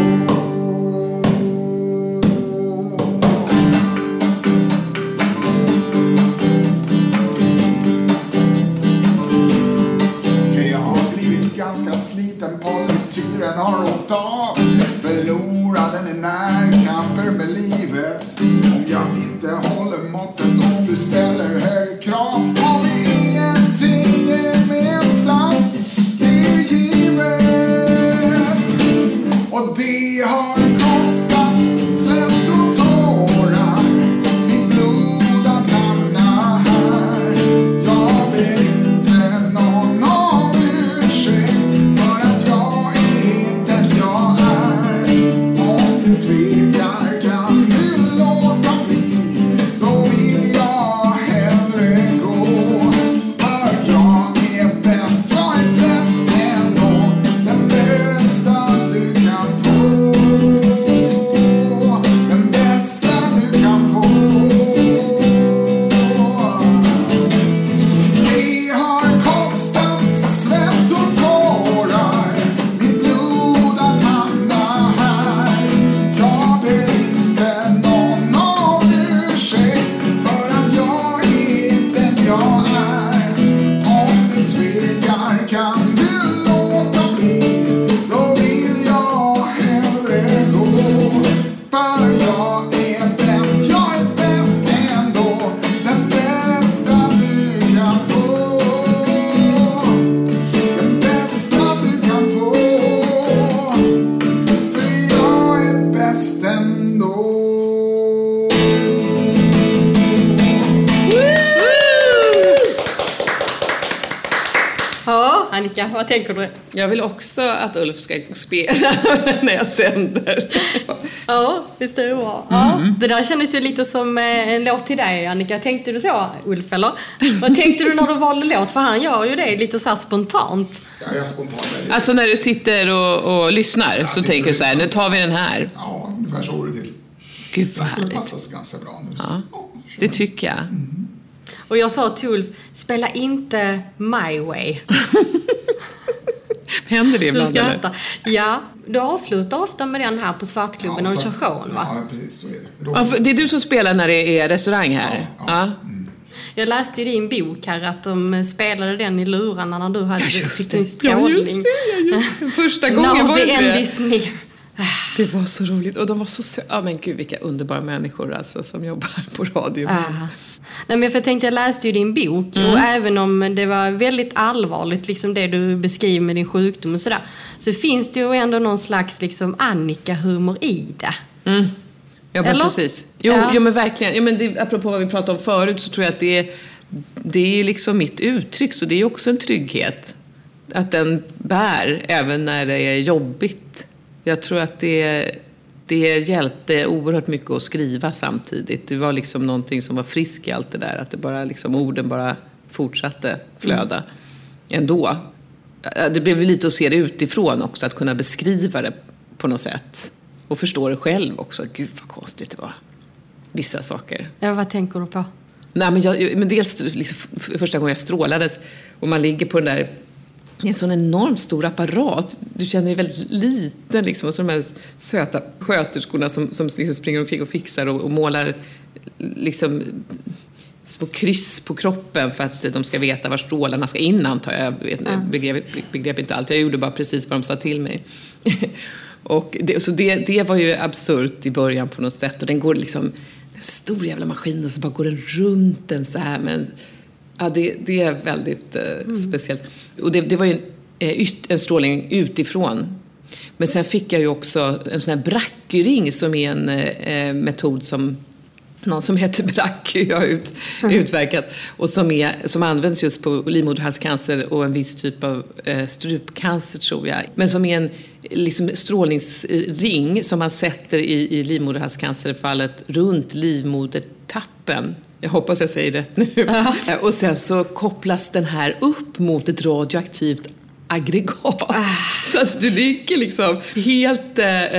Jag har blivit ganska sliten, polityren har åkt av. Förlorade i närkamper med livet. Om jag inte håller måttet, om du ställer högre krav, har vi ingenting gemensamt, det är givet. Och det har kostat svett och tårar, mitt blod att hamna här. Jag ber inte någon om ursäkt för att jag är den jag är. Om du tvekar kan du låta bli, då vill jag hellre gå. För jag är bäst ändå, den bästa du kan få. Den bästa du kan få. Det har kostat svett och tårar, mitt blod att hamna här. Jag ber inte någon om ursäkt för att jag är den jag är. Om du tvekar kan du låta bli, då vill jag hellre gå. För jag är bäst ändå, den bästa du kan få. Den bästa du kan få. För jag är bäst ändå. Ja, Annika, vad tänker du? Jag vill också att Ulf ska spela när jag sänder. Ja, visst är det bra. Ja, det där kändes ju lite som en låt till dig, Annika. Tänkte du så, Ulf, eller? Vad tänkte du när du valde låt? För han gör ju det lite så här spontant. Ja, jag är spontant väldigt. Alltså när du sitter och lyssnar så tänker du så här, nu tar vi den här. Ja, ungefär så går det till. Gud vad Det skulle härligt. passa sig ganska bra nu. Ja, det tycker jag. Och jag sa till Ulf, spela inte My Way. Händer det Du ibland eller? skrattar. Ja, du avslutar ofta med den här på Svartklubben när du kör showen, va? Ja, precis så är det. Då, Ja, för det är du som spelar när det är restaurang här? Ja. Jag läste ju din bok här att de spelade den i lurarna när du hade fick din Ja, strålning. just det. Första gången var det. Det var så roligt. Och de var så men gud, vilka underbara människor alltså, som jobbar på radio. Nej, men jag tänkte, jag läste ju din bok och även om det var väldigt allvarligt liksom det du beskriver med din sjukdom och sådär, så finns det ju ändå någon slags liksom Annika-humor i det. Ja, men precis. Jo, men verkligen. Ja, men det, apropå vad vi pratade om förut, så tror jag att det är liksom mitt uttryck, så det är också en trygghet. Att den bär även när det är jobbigt. Jag tror att det hjälpte oerhört mycket att skriva samtidigt. Det var liksom någonting som var frisk i allt det där. Att det bara liksom, orden bara fortsatte flöda ändå. Det blev lite att se det utifrån också. Att kunna beskriva det på något sätt. Och förstå det själv också. Gud vad konstigt det var. Vissa saker. Ja, vad tänker du på? Nej, men dels liksom, första gången jag strålades. Och man ligger på den där... Det är en sån enormt stor apparat. Du känner dig väldigt liten liksom. Och så de här söta sköterskorna som liksom springer omkring och fixar och målar liksom små kryss på kroppen för att de ska veta var strålarna ska in, antar jag. Begrep inte allt. Jag gjorde bara precis vad de sa till mig. Och det var ju absurt i början på något sätt. Och den går liksom en stor jävla maskin och så bara går den runt den så här. Men ja, det är väldigt speciellt. Och det var ju en strålning utifrån. Men sen fick jag ju också en sån här brachyring som är en metod som någon som heter Brachy har utverkat. Och som används just på livmoderhalscancer och en viss typ av strupcancer, tror jag. Men som är en liksom strålningsring som man sätter i livmoderhalscancerfallet runt livmodertappen. Jag hoppas jag säger rätt nu. Och sen så kopplas den här upp mot ett radioaktivt aggregat. Så att du ligger liksom helt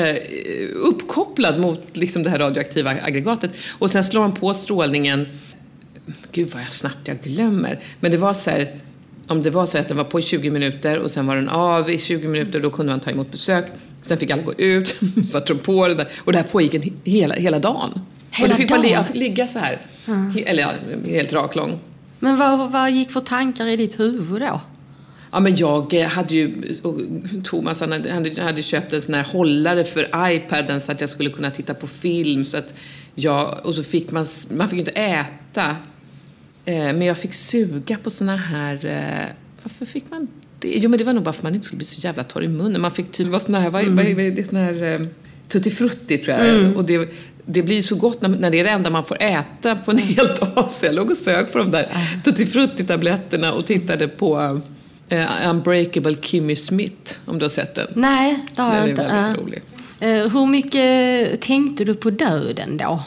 uppkopplad mot liksom det här radioaktiva aggregatet. Och sen slår man på strålningen. Gud vad snabbt jag glömmer. Men det var så här, om det var så att den var på i 20 minuter och sen var den av i 20 minuter, då kunde man ta emot besök. Sen fick alla gå ut, så att de på det där. Och det här pågick hela dagen. Och det fick man ligga så här. Eller ja, helt raklång. Men vad gick för tankar i ditt huvud då? Ja, men jag hade ju... Thomas hade köpt en sån här hållare för iPaden så att jag skulle kunna titta på film. Så att och så fick man fick ju inte äta. Men jag fick suga på såna här... varför fick man det? Jo, men det var nog bara för att man inte skulle bli så jävla torr i munnen. Man fick typ... Såna här, sån här tutti frutti, tror jag. Och det blir så gott när det är det enda man får äta på en hel dag. Så jag låg och sök på de där tutti frutti-tabletterna och tittade på Unbreakable Kimmy Schmidt, om du har sett den. Nej, det har jag inte. Den är väldigt rolig. Hur mycket tänkte du på döden då?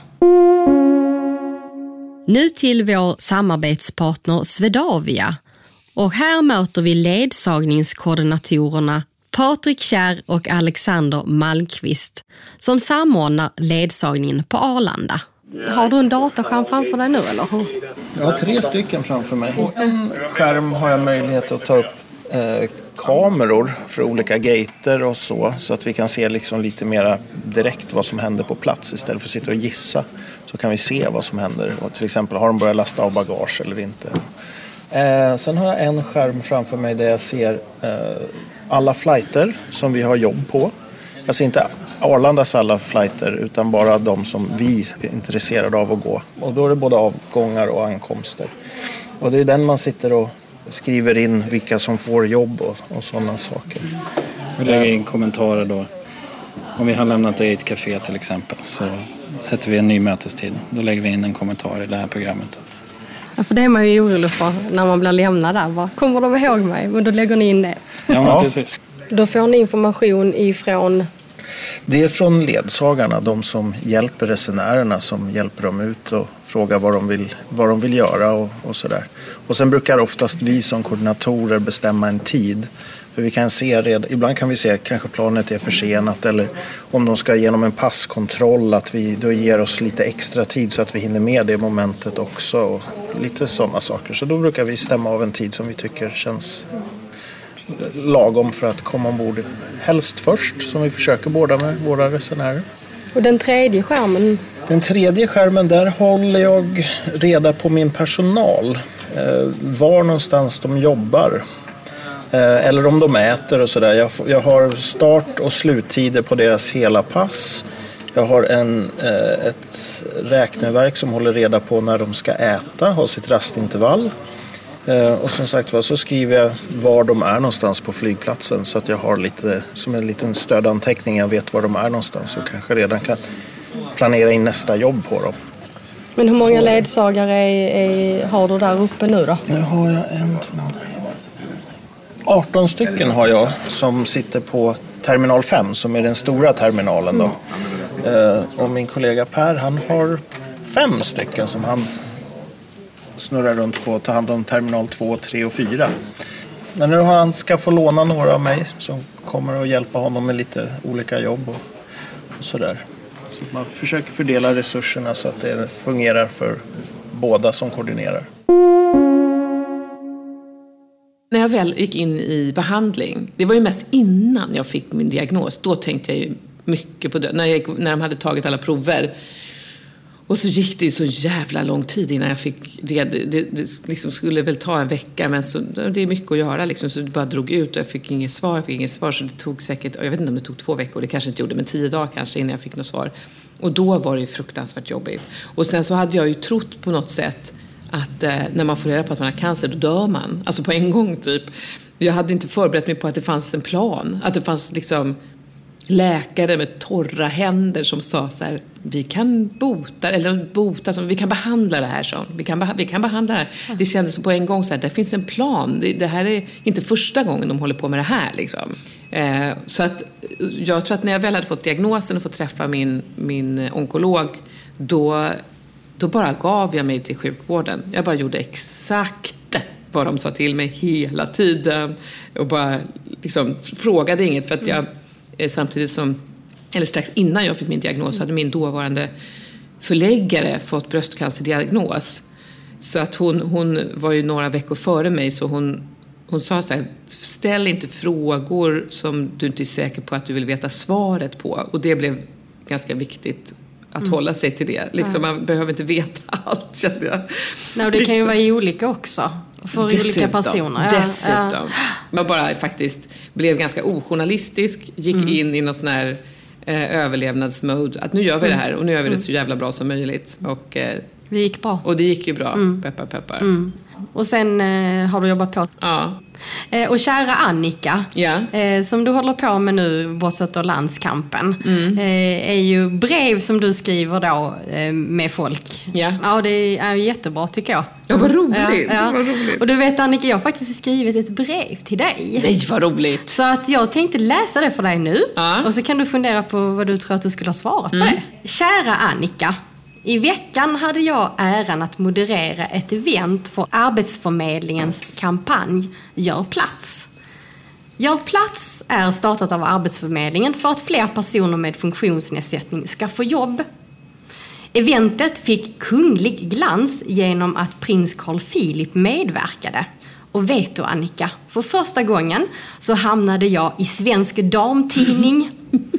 Nu till vår samarbetspartner Swedavia. Och här möter vi ledsagningskoordinatorerna Patrik Kjær och Alexander Malmqvist som samordnar ledsagningen på Arlanda. Har du en dataskärm framför dig nu, eller hur? Jag har 3 stycken framför mig. På en skärm har jag möjlighet att ta upp kameror för olika gater och så att vi kan se liksom lite mer direkt vad som händer på plats istället för att sitta och gissa. Så kan vi se vad som händer. Och till exempel, har de börjat lasta av bagage eller inte? Sen har jag en skärm framför mig där jag ser alla flighter som vi har jobb på. Jag ser inte Arlandas alla flighter utan bara de som vi är intresserade av att gå. Och då är det både avgångar och ankomster. Och det är den man sitter och skriver in vilka som får jobb och sådana saker. Vi lägger in kommentarer då. Om vi har lämnat det i ett café till exempel så sätter vi en ny mötestid. Då lägger vi in en kommentar i det här programmet. Ja, för det är man ju orolig för när man blir lämnad där. Kommer de ihåg mig? Men då lägger ni in det. Ja, precis. Då får ni information ifrån... Det är från ledsagarna, de som hjälper resenärerna, som hjälper dem ut och frågar vad de vill göra och sådär. Och sen brukar oftast vi som koordinatorer bestämma en tid. För vi kan se ibland kan vi se kanske planet är försenat eller om de ska genom en passkontroll att vi då ger oss lite extra tid så att vi hinner med det momentet också och lite sådana saker. Så då brukar vi stämma av en tid som vi tycker känns lagom för att komma ombord. Helst först, som vi försöker båda med våra resenärer. Och den tredje skärmen, Den tredje skärmen, där håller jag reda på min personal. Var någonstans de jobbar. Eller om de äter och sådär. Jag har start- och sluttider på deras hela pass. Jag har ett räkneverk som håller reda på när de ska äta, ha sitt rastintervall. Och som sagt så skriver jag var de är någonstans på flygplatsen så att jag har lite som en liten stödanteckning. Jag vet var de är någonstans och kanske redan kan planera in nästa jobb på dem. Men hur många ledsagare har du där uppe nu då? Nu har jag 18 stycken har jag som sitter på terminal 5 som är den stora terminalen då. Och min kollega Per, han har 5 stycken som han snurrar runt på att ta hand om terminal 2, 3 och 4. Men nu har han ska få låna några av mig som kommer att hjälpa honom med lite olika jobb och sådär. Så man försöker fördela resurserna så att det fungerar för båda som koordinerar. När jag väl gick in i behandling, det var ju mest innan jag fick min diagnos, då tänkte jag ju mycket på det. När de hade tagit alla prover. Och så gick det ju så jävla lång tid innan jag fick det. Det liksom skulle väl ta en vecka, men så, det är mycket att göra liksom, så det bara drog ut och jag fick inget svar. Så det tog säkert, jag vet inte om det tog 2 veckor, det kanske inte gjorde, men 10 dagar kanske innan jag fick något svar. Och då var det ju fruktansvärt jobbigt. Och sen så hade jag ju trott på något sätt att när man får reda på att man har cancer, då dör man. Alltså på en gång typ. Jag hade inte förberett mig på att det fanns en plan. Att det fanns liksom läkare med torra händer som sa så här: vi kan bota, vi kan behandla det här så. Vi kan behandla det här. Det kändes som på en gång så här, det finns en plan. Det här är inte första gången de håller på med det här liksom. Så att jag tror att när jag väl hade fått diagnosen och fått träffa min onkolog, då bara gav jag mig till sjukvården. Jag bara gjorde exakt vad de sa till mig hela tiden och bara liksom frågade inget, för att jag samtidigt som, eller strax innan jag fick min diagnos, hade min dåvarande förläggare fått bröstcancerdiagnos. Så att hon var ju några veckor före mig, så hon sa så här: ställ inte frågor som du inte är säker på att du vill veta svaret på. Och det blev ganska viktigt att hålla sig till det. Liksom, man behöver inte veta allt, kände jag. Nej, det kan ju vara olika också. För olika personer. Dessutom. Man bara faktiskt blev ganska ojournalistisk. Gick in i någon sån här överlevnadsmode. Att nu gör vi det här och nu gör vi det så jävla bra som möjligt. Och det gick bra. Och det gick ju bra. Peppar. Och sen har du jobbat på. Ja. Och kära Annika, som du håller på med nu, Bossat och landskampen, är ju brev som du skriver då med folk. Ja, det är jättebra tycker jag. Ja, vad roligt. Ja. Vad roligt. Och du vet Annika, jag har faktiskt skrivit ett brev till dig. Nej, vad roligt. Så att jag tänkte läsa det för dig nu. Och så kan du fundera på vad du tror att du skulle ha svarat på det. Kära Annika, i veckan hade jag äran att moderera ett event för Arbetsförmedlingens kampanj Gör plats. Gör plats är startat av Arbetsförmedlingen för att fler personer med funktionsnedsättning ska få jobb. Eventet fick kunglig glans genom att prins Carl Philip medverkade. Och vet du Annika, för första gången så hamnade jag i Svensk Damtidning.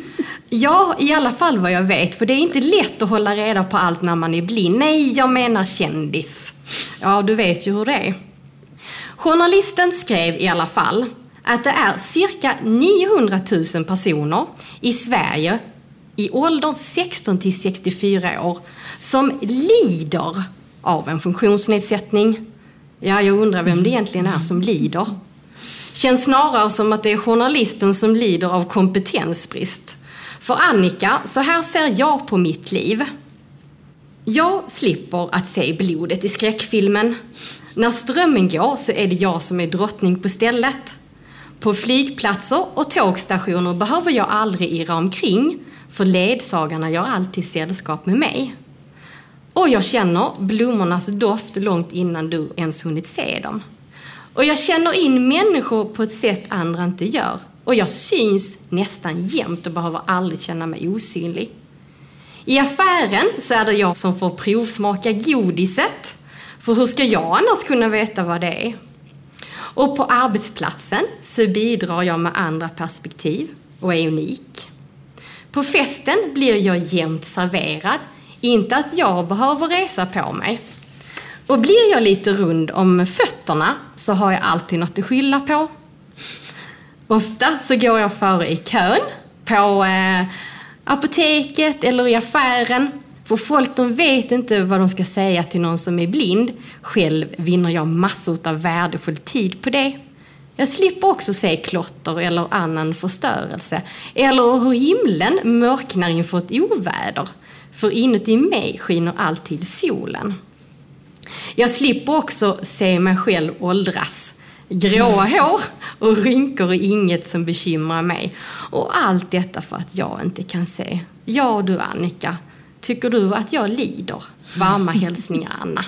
Ja, i alla fall vad jag vet, för det är inte lätt att hålla reda på allt när man är blind. Nej, jag menar kändis. Ja, du vet ju hur det är. Journalisten skrev i alla fall att det är cirka 900 000 personer i Sverige i åldern 16 till 64 år som lider av en funktionsnedsättning. Ja, jag undrar vem det egentligen är som lider. Känns snarare som att det är journalisten som lider av kompetensbrist. För Annika, så här ser jag på mitt liv. Jag slipper att se blodet i skräckfilmen. När strömmen går så är det jag som är drottning på stället. På flygplatser och tågstationer behöver jag aldrig irra omkring, för ledsagarna gör alltid sällskap med mig. Och jag känner blommornas doft långt innan du ens hunnit se dem. Och jag känner in människor på ett sätt andra inte gör. Och jag syns nästan jämt och behöver aldrig känna mig osynlig. I affären så är det jag som får provsmaka godiset. För hur ska jag annars kunna veta vad det är? Och på arbetsplatsen så bidrar jag med andra perspektiv och är unik. På festen blir jag jämt serverad Inte att jag behöver resa på mig. Och blir jag lite rund om fötterna så har jag alltid något att skylla på. Ofta så går jag före i kön på apoteket eller i affären. För folk, de vet inte vad de ska säga till någon som är blind. Själv vinner jag massor av värdefull tid på det. Jag slipper också se klotter eller annan förstörelse. Eller hur himlen mörknar inför ett oväder. För inuti mig skiner alltid solen. Jag slipper också se mig själv åldras. Gråa hår och rynkor är inget som bekymrar mig. Och allt detta för att jag inte kan se. Ja du Annika, tycker du att jag lider? Varma hälsningar Anna.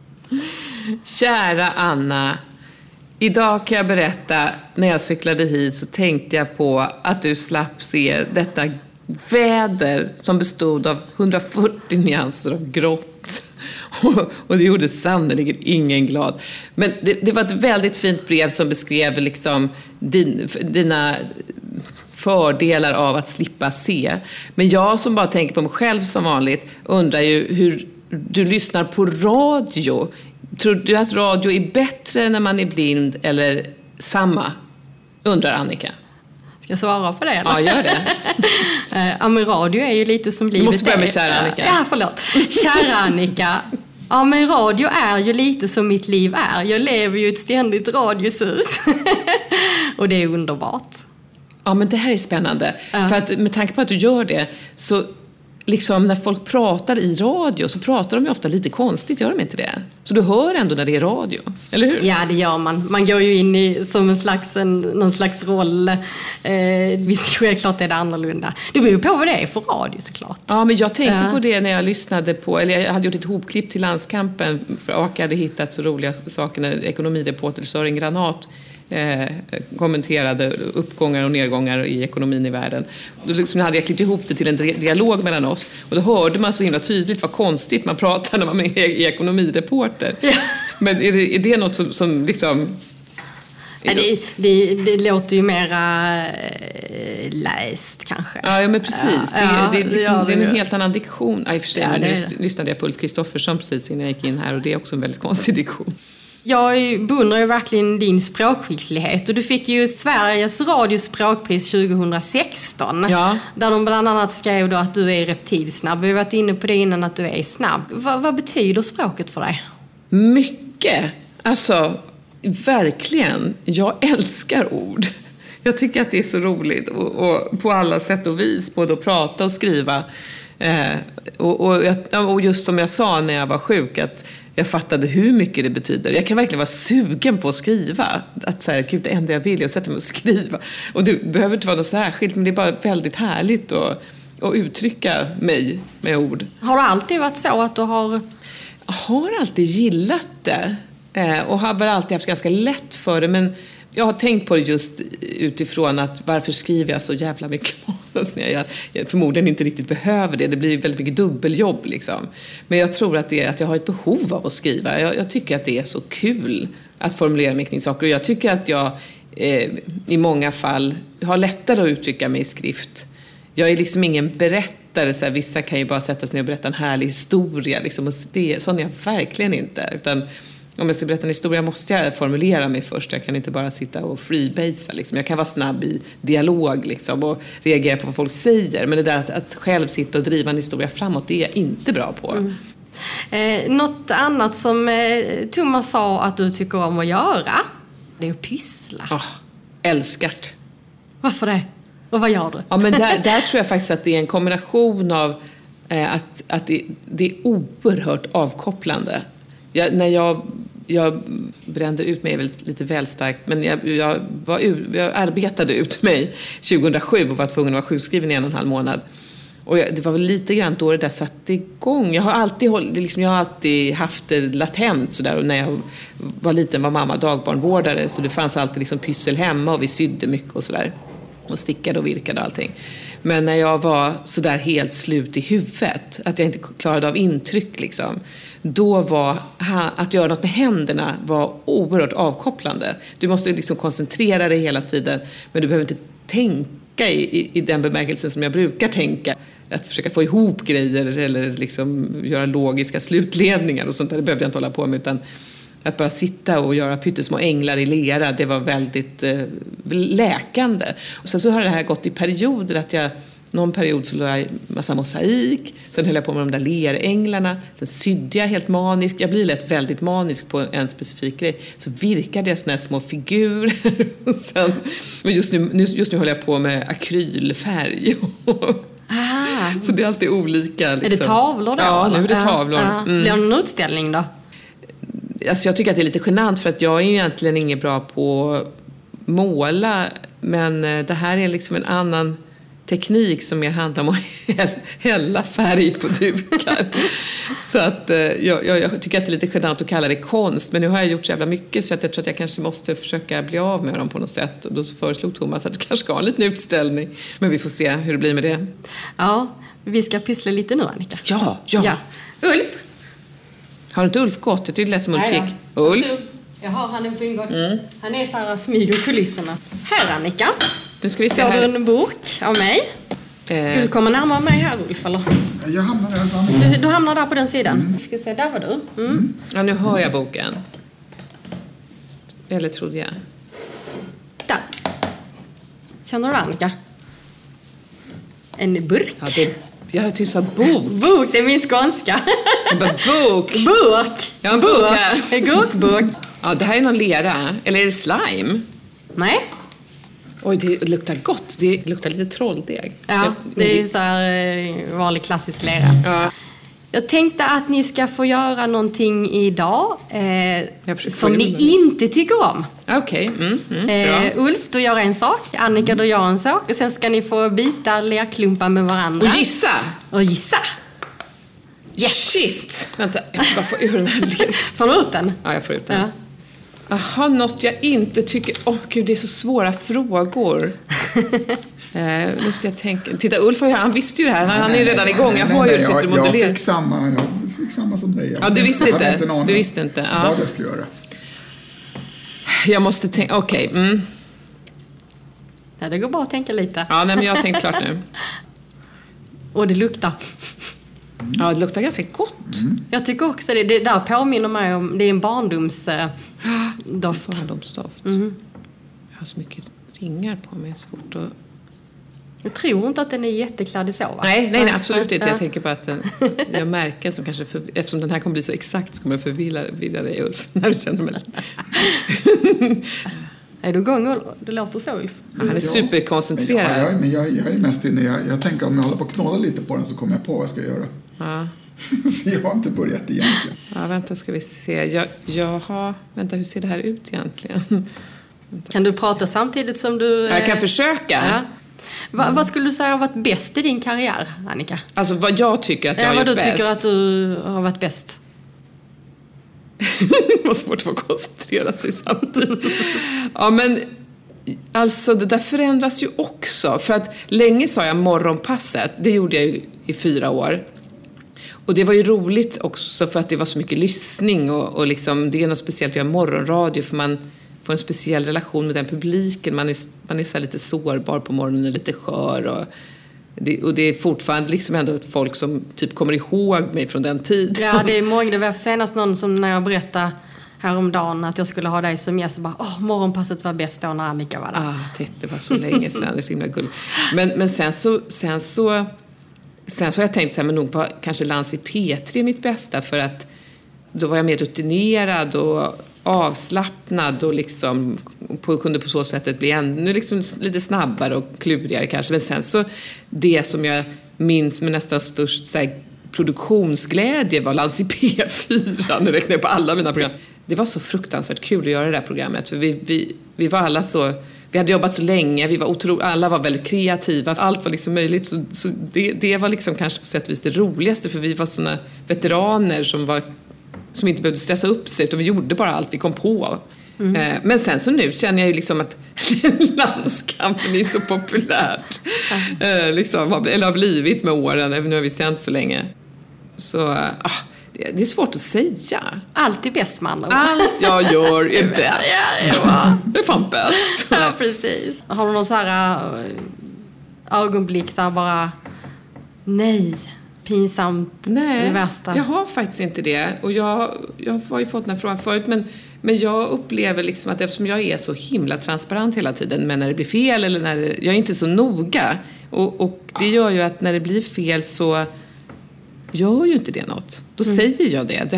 Kära Anna, idag kan jag berätta, när jag cyklade hit så tänkte jag på att du slapp se detta väder som bestod av 140 nyanser av grått. Och det gjorde sannolikt ingen glad. Men det var ett väldigt fint brev som beskrev liksom dina fördelar av att slippa se. Men jag som bara tänker på mig själv som vanligt undrar ju hur du lyssnar på radio. Tror du att radio är bättre när man är blind eller samma? Undrar Annika. Ska jag svara på det eller? Ja, gör det. Ja, men radio är ju lite som livet är. Du måste börja med kära Annika. Ja, förlåt. Kära Annika. Ja, men radio är ju lite som mitt liv är. Jag lever ju i ett ständigt radiosus. Och det är underbart. Ja, men det här är spännande. För att med tanke på att du gör det så liksom när folk pratar i radio så pratar de ju ofta lite konstigt, gör de inte det? Så du hör ändå när det är radio, eller hur? Ja, det gör man. Man går ju in i som någon slags roll. Visst, självklart är det annorlunda. Det beror ju på vad det är för radio såklart. Ja, men jag tänkte på det när jag lyssnade på, eller jag hade gjort ett hopklipp till Landskampen för AK hade hittat så roliga saker när ekonomireporter Sören Granat kommenterade uppgångar och nedgångar i ekonomin i världen. Då liksom hade jag klippt ihop det till en dialog mellan oss och då hörde man så himla tydligt vad konstigt man pratar när man är i ekonomireporter. Ja. Men är det något som liksom... Ja, det låter ju mera läst kanske. Ja, men precis. Det är en helt annan diktion. Ja, i och för sig, nu lyssnade jag på Ulf Kristoffersson precis innan jag gick in här och det är också en väldigt konstig diktion. Jag beundrar ju verkligen din språkskicklighet och du fick ju Sveriges Radios språkpris 2016 där de bland annat skrev då att du är reptilsnabb. Vi har varit inne på det innan att du är snabb. Vad betyder språket för dig? Mycket. Alltså, verkligen. Jag älskar ord. Jag tycker att det är så roligt och på alla sätt och vis, både att prata och skriva. Och just som jag sa när jag var sjuk att jag fattade hur mycket det betyder. Jag kan verkligen vara sugen på att skriva. Att så här, gud, det enda jag vill är att sätta mig och skriva. Och det behöver inte vara något särskilt, men det är bara väldigt härligt att uttrycka mig med ord. Har det alltid varit så att du har... Jag har alltid gillat det. Och har väl alltid haft ganska lätt för det. Men jag har tänkt på det just utifrån att varför skriver jag så jävla mycket manus när jag förmodligen inte riktigt behöver det. Det blir väldigt mycket dubbeljobb liksom. Men jag tror att att jag har ett behov av att skriva. Jag tycker att det är så kul att formulera mig kring saker. Och jag tycker att jag i många fall har lättare att uttrycka mig i skrift. Jag är liksom ingen berättare. Så här, vissa kan ju bara sätta sig ner och berätta en härlig historia. Liksom, och sån är jag verkligen inte. Utan om jag ska berätta en historia måste jag formulera mig först. Jag kan inte bara sitta och freebasea. Liksom. Jag kan vara snabb i dialog liksom, och reagera på vad folk säger. Men det där att själv sitta och driva en historia framåt, det är jag inte bra på. Något annat som Thomas sa att du tycker om att göra, det är att pyssla. Älskart. Varför det? Och vad gör du? Ja, men där tror jag faktiskt att det är en kombination av att det är oerhört avkopplande. När jag brände ut mig lite väl starkt, men jag arbetade ut mig 2007 och var tvungen att vara sjukskriven i 1,5 månad. Och det var väl lite grann då det där satte igång. Jag har alltid haft det latent så där, och när jag var liten var mamma dagbarnvårdare, så det fanns alltid liksom pyssel hemma och vi sydde mycket och sådär. Och stickade och virkade och allting. Men när jag var så där helt slut i huvudet, att jag inte klarade av intryck liksom, då var att göra något med händerna var oerhört avkopplande. Du måste liksom koncentrera dig hela tiden, men du behöver inte tänka i den bemärkelsen som jag brukar tänka. att försöka få ihop grejer eller liksom göra logiska slutledningar och sånt där. Det behövde jag inte hålla på med, utan att bara sitta och göra pyttesmå änglar i lera, det var väldigt läkande. Och sen så har det här gått i perioder att någon period så la jag massa mosaik, sen höll jag på med de där leränglarna, sen sydde jag helt manisk. Jag blir lätt väldigt manisk på en specifik grej. Så virkade jag såna här små figurer. Men just nu håller jag på med akrylfärg. Så det är alltid olika. Liksom. Är det tavlor då? Ja, nu är det tavlor. Blir det någon utställning då? Alltså jag tycker att det är lite genant, för att jag är ju egentligen inget bra på att måla, men det här är liksom en annan teknik som mer handlar om att hälla färg på dukar. Så att jag tycker att det är lite genant att kalla det konst, men nu har jag gjort så jävla mycket så att jag tror att jag kanske måste försöka bli av med dem på något sätt. Och då föreslog Thomas att du kanske ska ha en liten utställning, men vi får se hur det blir med det. Ja, vi ska pyssla lite nu, Annika. Ja. Ulf? Har inte Ulf gått? Jag tyckte det lät som Ulf gick. Ulf? Jaha, han är på ingång. Han är så här smyger kulisserna. Här, Annika. Nu ska vi se här. Har du en bok av mig? Ska du komma närmare mig här, Ulf, eller? Jag hamnar där så. Du hamnar där på den sidan. Ska se, där var du. Ja, nu har jag boken. Eller trodde jag. Där. Känner du det, Annika? En burk. Ja, jag tycker bok. Bok, det är min skånska. Bok. Ja, en bok här. En gurkbok. Ja, det här är någon lera. Eller är det slime? Nej. Oj, det luktar gott. Det luktar lite trolldeg. Ja, det är ju så här vanlig klassisk lera. Ja. Jag tänkte att ni ska få göra någonting idag som ni inte tycker om. Okej. Ulf, du gör en sak. Annika, du gör en sak. Och sen ska ni få byta lerklumpar med varandra. Och gissa. Yes. Shit. Vänta, jag ska bara få ur den här leken. Får du ut den? Ja, jag får ut den. Aha, något jag inte tycker... Gud, det är så svåra frågor. Nu ska jag tänka... Titta, Ulf, han visste ju det här. Han är redan igång. Jag fick samma som dig. Ja, du visste inte. Du visste inte. Ja. Vad jag skulle göra. Jag måste tänka... Okej. Ja, det går bra att tänka lite. Ja, nej, men jag har tänkt klart nu. Och det luktar. Ja, det luktar ganska gott. Jag tycker också det där påminner mig om... Det är en barndomsdoft. Barndomsdoft. Jag har så mycket ringar på mig. Svårt att... Jag tror inte att den är jättekladdig så, va? Nej, absolut inte. Jag tänker på att jag märker som kanske... eftersom den här kommer bli så exakt så kommer jag förvirra dig, Ulf. När du känner mig. Är du igång, Ulf? Det låter så, Ulf. Han är superkoncentrerad. Men jag är mest inne... Jag tänker om jag håller på att knåda lite på den så kommer jag på vad jag ska göra. Ja. Så jag har inte börjat egentligen. Ja, vänta ska vi se. Vänta, hur ser det här ut egentligen? Kan du prata samtidigt som du... Jag kan försöka. Ja. Vad skulle du säga har varit bäst i din karriär, Annika? Alltså vad jag tycker att jag har gjort bäst. Vad du tycker att du har varit bäst? Det var svårt att få koncentrera sig samtidigt. Ja, men alltså det där förändras ju också. För att länge sa jag morgonpasset. Det gjorde jag ju i 4 år. Och det var ju roligt också för att det var så mycket lyssning. Och liksom, det är något speciellt att göra morgonradio. För man får en speciell relation med den publiken. Man är så här lite sårbar på morgonen, lite skör. Och det är fortfarande liksom ändå ett folk som typ kommer ihåg mig från den tiden. Ja, det är många. Det var senast någon som när jag berättade häromdagen att jag skulle ha dig som gäst. Så bara, morgonpasset var bäst då när Annika var där. Det var så länge sedan. Det är så himla gulligt. Men sen så har jag tänkt så här, men nog var kanske Lans i P3 mitt bästa. För att då var jag mer rutinerad och avslappnad och liksom kunde på så sättet bli ännu liksom lite snabbare och klurigare kanske. Men sen så det som jag minns med nästan störst så här, produktionsglädje var Lans i P4. Nu räknar jag på alla mina program. Det var så fruktansvärt kul att göra det där programmet. För vi var alla så... Vi hade jobbat så länge, alla var väldigt kreativa, allt var liksom möjligt. Så det var liksom kanske på sätt och vis det roligaste, för vi var såna veteraner som inte behövde stressa upp sig, utan vi gjorde bara allt vi kom på. Men sen så nu känner jag ju liksom att landskampen är så populärt. Liksom, eller har blivit med åren, även nu har vi sänt så länge. Så... det är svårt att säga. Allt är bäst, man. Allt jag gör är bäst. Det är fan bäst. Ja, precis. Har du någon så här ögonblick där bara Nej, pinsamt. Nej, det värsta. Jag har faktiskt inte det. Och jag har ju fått den här frågan förut. Men jag upplever liksom att eftersom jag är så himla transparent hela tiden, men när det blir fel eller jag är inte så noga. Och det gör ju att när det blir fel så gör ju inte det något. Då säger jag det.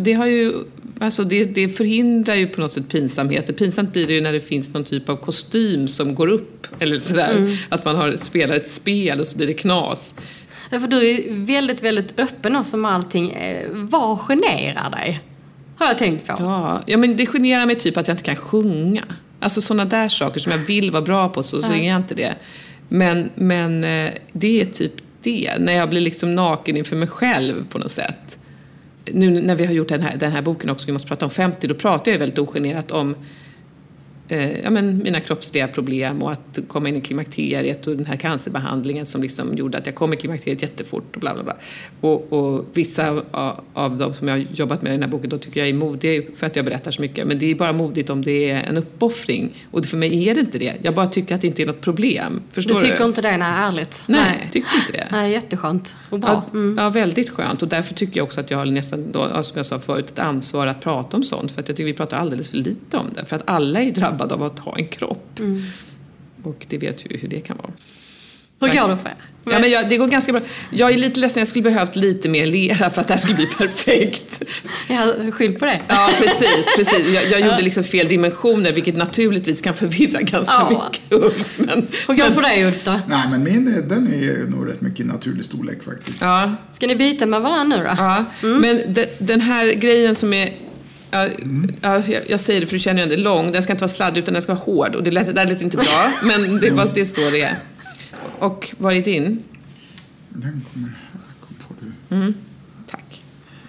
Det förhindrar ju på något sätt pinsamheter. Pinsamt blir det ju när det finns någon typ av kostym som går upp. Eller sådär. Att man spelar ett spel och så blir det knas. För du är väldigt, väldigt öppen också med allting. Vad generar dig? Har jag tänkt på. Ja, men det generar mig typ att jag inte kan sjunga. Alltså sådana där saker som jag vill vara bra på, så är jag inte det. Men det är typ det. När jag blir liksom naken inför mig själv på något sätt. Nu när vi har gjort den här boken också, vi måste prata om 50, då pratar jag väldigt ogenerat om mina kroppsliga problem och att komma in i klimakteriet och den här cancerbehandlingen som liksom gjorde att jag kom i klimakteriet jättefort och bla bla bla. Och vissa av dem som jag har jobbat med i den här boken, då tycker jag är modig för att jag berättar så mycket. Men det är bara modigt om det är en uppoffring. Och för mig är det inte det. Jag bara tycker att det inte är något problem. Förstår du? Du tycker inte det är ärligt? Nej, tycker inte det. Nej, jätteskönt och bra. Ja, väldigt skönt. Och därför tycker jag också att jag har nästan, som jag sa förut, ett ansvar att prata om sånt. För att jag tycker vi pratar alldeles för lite om det. För att alla är drabbade av att ha en kropp. Och det vet ju hur det kan vara. Hur går det för er? Ja, men det går ganska bra. Jag är lite ledsen, jag skulle behövt lite mer lera för att det här skulle bli perfekt. Jag skyll på det. Ja, precis. Jag gjorde liksom fel dimensioner, vilket naturligtvis kan förvirra ganska mycket, Ulf. Hur går det för dig, Ulf, då? Nej, men den är nog rätt mycket naturlig storlek faktiskt. Ja. Ska ni byta med varandra nu då? Ja, men den här grejen som är... jag säger det för du känner ju att det är lång. Den ska inte vara sladd utan den ska vara hård. Och det där lät inte bra. Men det är så det är. Och var är din? Den kommer här. Får du. Tack.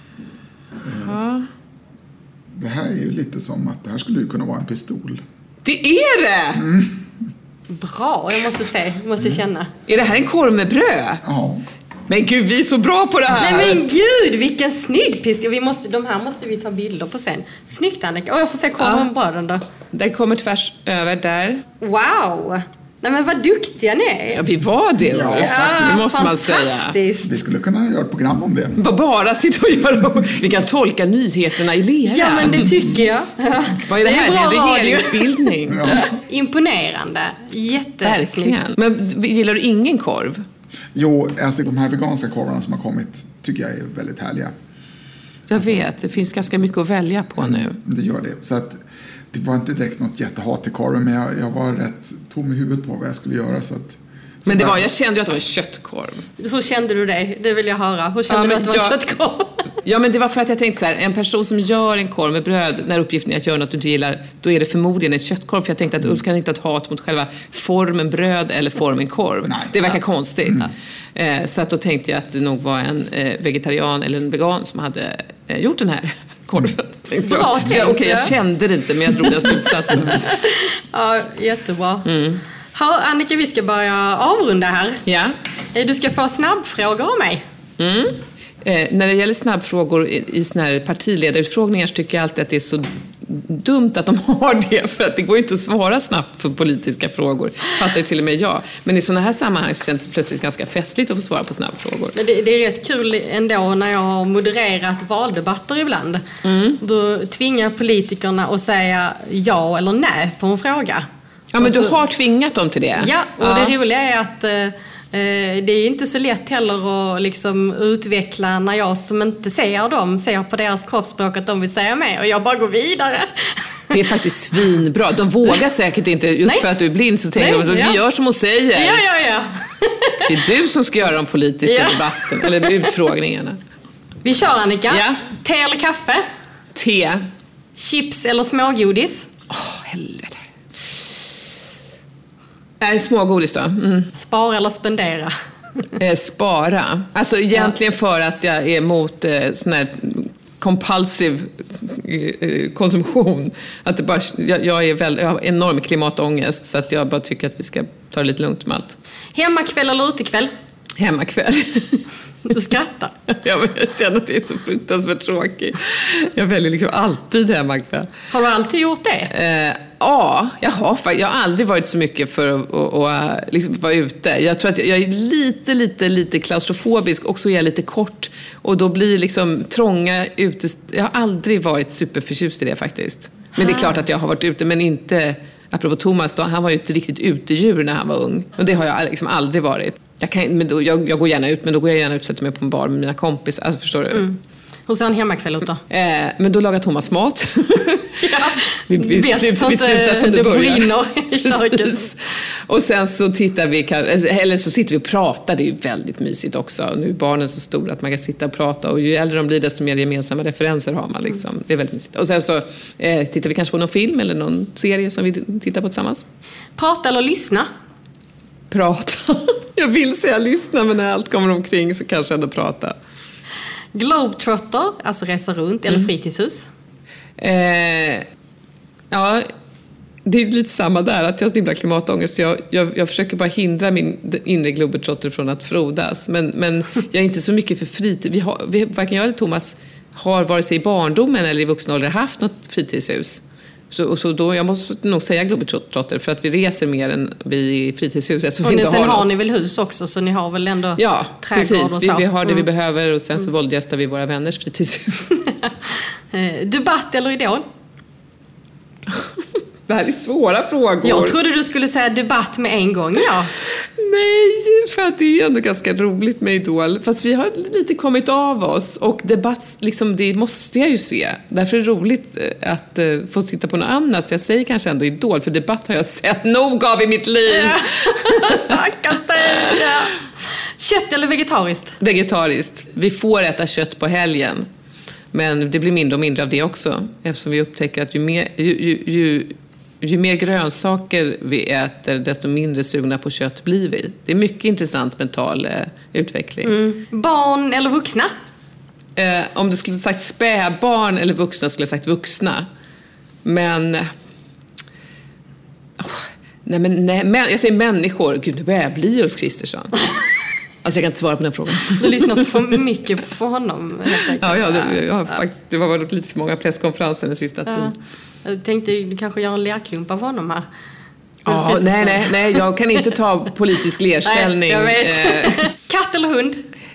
Det här är ju lite som att det här skulle ju kunna vara en pistol. Det är det! Bra, jag måste känna. Är det här en korv med bröd? Ja. Men gud, vi är så bra på det här! Nej men gud, vilken snygg pistol. De här måste vi ta bilder på sen. Snyggt, Annika. Jag får se korven med bröden då. Den kommer tvärs över där. Wow! Nej men vad duktiga ni är. Ja, vi var det. Ja, det måste man säga. Vi skulle kunna göra ett program om det. Bara sitta och göra. Vi kan tolka nyheterna i lera. Ja, men det tycker jag. Vad är det här? Det är en regeringsbildning. Imponerande. Jättesnyggt. Verkligen. Men gillar du ingen korv? Jo, alltså de här veganska korvarna som har kommit tycker jag är väldigt härliga. Jag vet, det finns ganska mycket att välja på nu. Det gör det. Så att det var inte direkt något jättehat till korven, men jag var rätt tom i huvudet på vad jag skulle göra. Men jag kände ju att det var en köttkorv. Hur kände du det? Det vill jag höra. Hur kände du att det var köttkorv? Ja, men det var för att jag tänkte så här, en person som gör en korv med bröd, när uppgiften är att göra något du inte gillar, då är det förmodligen en köttkorv. För jag tänkte att Ulf kan inte ha ett hat mot själva formen bröd eller formen korv. Nej. Det verkar konstigt. Så att då tänkte jag att det nog var en vegetarian eller en vegan som hade gjort den här korven. Bra tänkt. Okej, jag kände det inte, men jag drog den slutsatsen. Ja, jättebra. Annika, vi ska börja avrunda här. Ja. Du ska få snabbfrågor av mig. När det gäller snabbfrågor i såna här partiledarutfrågningar så tycker jag alltid att det är så dumt att de har det, för att det går inte att svara snabbt på politiska frågor. Fattar ju till och med jag. Men i såna här sammanhang så känns det plötsligt ganska festligt att få svara på snabbfrågor. Men det är rätt kul ändå när jag har modererat valdebatter ibland. Då tvingar politikerna att säga ja eller nej på en fråga. Ja, men du har tvingat dem till det. Ja, och det roliga är att det är inte så lätt heller att liksom utveckla när jag som inte ser dem ser på deras kroppsspråk att de vill säga med, och jag bara går vidare. Det är faktiskt svinbra. De vågar säkert inte, just för att du är blind, så tänker de att vi gör som hon säger. Ja. Det är du som ska göra de politiska debatten eller utfrågningarna. Vi kör, Annika. Ja. Te eller kaffe? Te. Chips eller smågodis? Helvete. Smågodis då. Spara eller spendera? Spara. Alltså egentligen för att jag är emot sån här compulsive konsumtion. Att det bara, jag har enorm klimatångest, så att jag bara tycker att vi ska ta det lite lugnt med allt. Hemmakväll eller utekväll? Hemmakväll. Du skrattar. Jag känner att det är så fruktansvärt tråkigt. Jag väljer liksom alltid hemmakväll. Har du alltid gjort det? Ja, jag har aldrig varit så mycket för att liksom vara ute. Jag tror att jag är lite klaustrofobisk och så är jag lite kort. Och då blir liksom trånga ute. Jag har aldrig varit superförtjust i det faktiskt. Men det är klart att jag har varit ute, men inte... Apropå Thomas då, han var ju inte riktigt utedjur när han var ung. Och det har jag liksom aldrig varit. Jag går gärna ut, men då går jag gärna ut och sätter mig på en bar med mina kompisar. Alltså, förstår du? Mm. Hur ser en hemmakväll ut då? Men då lagar Thomas mat. Ja, vi slutar som det börjar. Och sen så tittar vi, eller så sitter vi och pratar. Det är ju väldigt mysigt också. Nu är barnen så stora att man kan sitta och prata. Och ju äldre de blir, desto mer gemensamma referenser har man. Liksom. Det är väldigt mysigt. Och sen så tittar vi kanske på någon film eller någon serie som vi tittar på tillsammans. Prata eller lyssna? Prata. Jag vill säga lyssna, men när allt kommer omkring så kanske ändå prata. Globetrotter, alltså resa runt, eller fritidshus? Ja, det är lite samma där, att jag har himla klimatångest. Jag försöker bara hindra min inre globetrotter från att frodas. Men jag är inte så mycket för fritid. Varken jag eller Thomas har vare sig i barndomen eller i vuxen ålder haft något fritidshus. Så då, jag måste nog säga globetrotter, för att vi reser mer än vi i fritidshuset. Så och vi sen har ni väl hus också, så ni har väl ändå trädgård och så. Vi har det vi behöver, och sen så våldgästar vi våra vänners fritidshus. Debatt eller Idol? Det här är svåra frågor. Jag trodde du skulle säga debatt med en gång, ja. Nej, för att det är ändå ganska roligt med Idol. Fast vi har lite kommit av oss. Och debatt, liksom, det måste jag ju se. Därför är det roligt att få sitta på något annat. Så jag säger kanske ändå Idol. För debatt har jag sett nog av i mitt liv. Stackars dig, ja. Kött eller vegetariskt? Vegetariskt. Vi får äta kött på helgen. Men det blir mindre och mindre av det också. Eftersom vi upptäcker att ju mer grönsaker vi äter, desto mindre sugna på kött blir vi. Det är mycket intressant mental utveckling. Barn eller vuxna? Om du skulle sagt spädbarn eller vuxna, skulle jag sagt vuxna. Men... Nej, jag säger människor. Gud, nu börjar jag bli Ulf Kristersson. Alltså jag kan inte svara på den frågan. Du lyssnar för mycket på honom. Faktiskt, det var lite för många presskonferenser den sista tiden. Jag tänkte du kanske gör en lerklump av honom här. Nej, jag kan inte ta politisk lerställning. Nej, jag vet. Katt eller hund?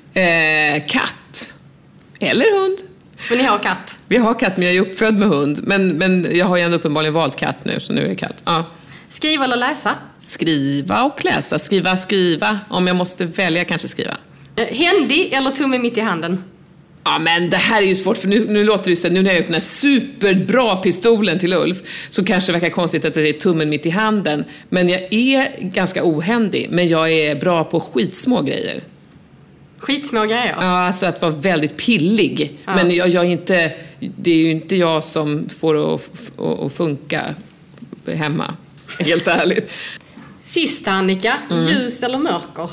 Katt. Eller hund. Men ni har katt? Vi har katt, men jag är uppfödd med hund. Men jag har ju ändå uppenbarligen valt katt nu, så nu är det katt. Ja. Skriva eller läsa? Skriva och läsa. Skriva. Om jag måste välja, kanske skriva. Händig eller tumme mitt i handen? Ja, men det här är ju svårt, för nu låter det så, nu när jag öppnar den här superbra pistolen till Ulf, så kanske det verkar konstigt att det är tummen mitt i handen. Men jag är ganska ohändig, men jag är bra på skitsmå grejer. Skitsmå grejer? Ja, alltså att vara väldigt pillig. Ja. Men jag är inte, det är ju inte jag som får att funka hemma, helt ärligt. Sista, Annika, ljus eller mörker?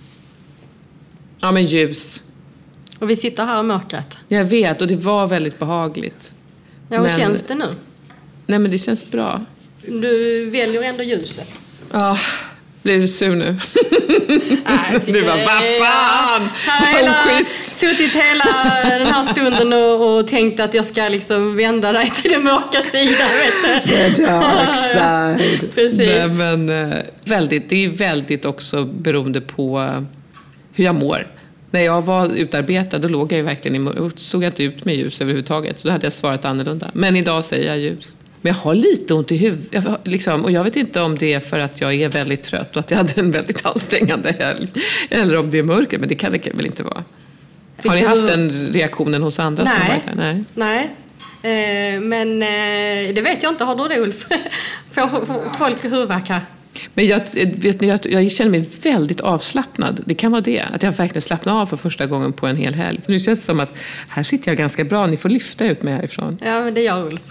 Ja, men ljus. Och vi sitter här i mörkret. Jag vet, och det var väldigt behagligt. Ja, hur känns det nu? Nej, men det känns bra. Du väljer ändå ljuset. Ja, blir du sur nu? Nej, du bara, vad fan! Suttit hela den här stunden och tänkt att jag ska liksom vända dig till den mörka sidan, vet du. The dark side. Precis. Nej, men det är väldigt också beroende på hur jag mår. När jag var utarbetad, då låg jag ju verkligen stod jag inte ut med ljus överhuvudtaget. Så då hade jag svarat annorlunda. Men idag säger jag ljus. Men jag har lite ont i huvudet. Och jag vet inte om det är för att jag är väldigt trött och att jag hade en väldigt ansträngande helg. Eller om det är mörker, men det kan det väl inte vara. Har ni haft den reaktionen hos andra som har varit här? Nej. Men det vet jag inte. Har du det, Ulf? Får folk huvudvärk här? Men jag känner mig väldigt avslappnad. Det kan vara det. Att jag verkligen slappnar av för första gången på en hel helg. Så nu känns det som att här sitter jag ganska bra. Ni får lyfta ut mig härifrån. Ja, men det gör Ulf.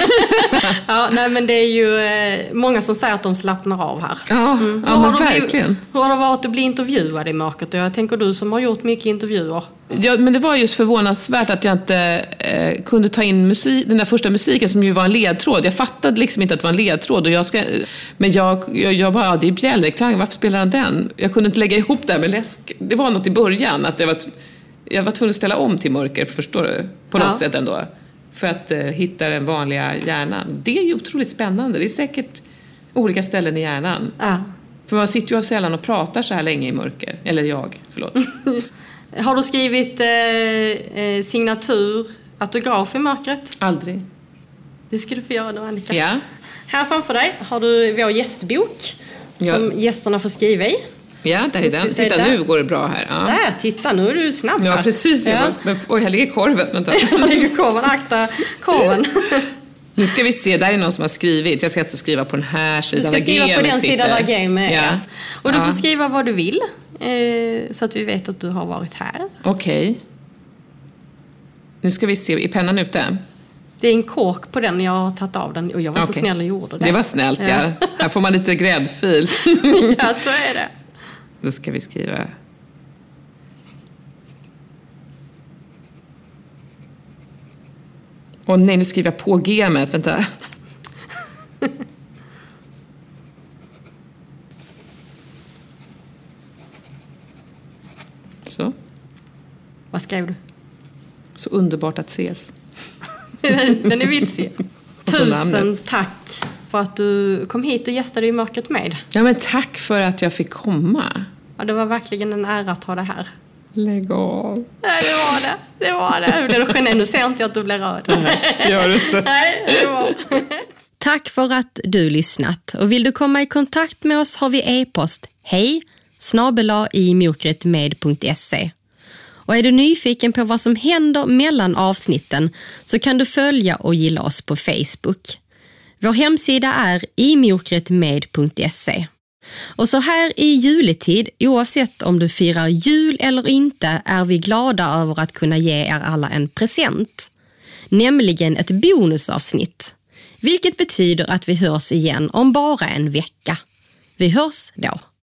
Ja, nej, men det är ju många som säger att de slappnar av här. Ja, men verkligen. Hur har det varit att bli intervjuad i mörkret? Jag tänker du som har gjort mycket intervjuer. Ja, men det var just förvånansvärt att jag inte kunde ta in den där första musiken som ju var en ledtråd. Jag fattade liksom inte att det var en ledtråd. Och men jag bara, det är bjällreklang, varför spelar han den? Jag kunde inte lägga ihop det här med läsk. Det var något i början, att jag var tvungen att ställa om till mörker, förstår du? På något sätt ändå. för att hitta den vanliga hjärnan. Det är ju otroligt spännande. Det är säkert olika ställen i hjärnan. Ja. För man sitter ju sällan och pratar så här länge i mörker. Eller jag, förlåt. Har du skrivit signatur, autograf i mörkret? Aldrig. Det ska du få göra då, Annika. Ja. Här framför dig har du vår gästbok som gästerna får skriva i. Ja, där är den. Titta, där. Nu går det bra här. Ja. Där, titta, nu är du snabb. Ja, precis. Ja. Oj, här ligger korven. Vänta. Här ligger korven, akta korven. Nu ska vi se, där är någon som har skrivit. Jag ska alltså skriva på den här sidan. Du ska skriva på den sidan där game är. Ja. Och du får skriva vad du vill. Så att vi vet att du har varit här. Okej. Nu ska vi se, är pennan ute? Det är en kork på den, jag har tagit av den. Och jag var så snäll och gjorde det. Det var snällt, ja. Här får man lite gräddfil. Ja, så är det. Då ska vi skriva... Nej, nu skriver jag på gamet. Vänta. Så. Vad skrev du? Så underbart att ses. Den är vitsig. Och så 1000 namnet. tack för att du kom hit och gästade i mörkret med. Ja, men tack för att jag fick komma. Ja, det var verkligen en ära att ha det här. Lägg av. Nej, det var det. Blir du genant? Nu ser inte jag att du blir röd. Nej, gör du inte. Nej, det var. Tack för att du lyssnat. Och vill du komma i kontakt med oss har vi e-post hej@imokretmed.se. Och är du nyfiken på vad som händer mellan avsnitten så kan du följa och gilla oss på Facebook. Vår hemsida är imokretmed.se. Och så här i juletid, oavsett om du firar jul eller inte, är vi glada över att kunna ge er alla en present. Nämligen ett bonusavsnitt. Vilket betyder att vi hörs igen om bara en vecka. Vi hörs då.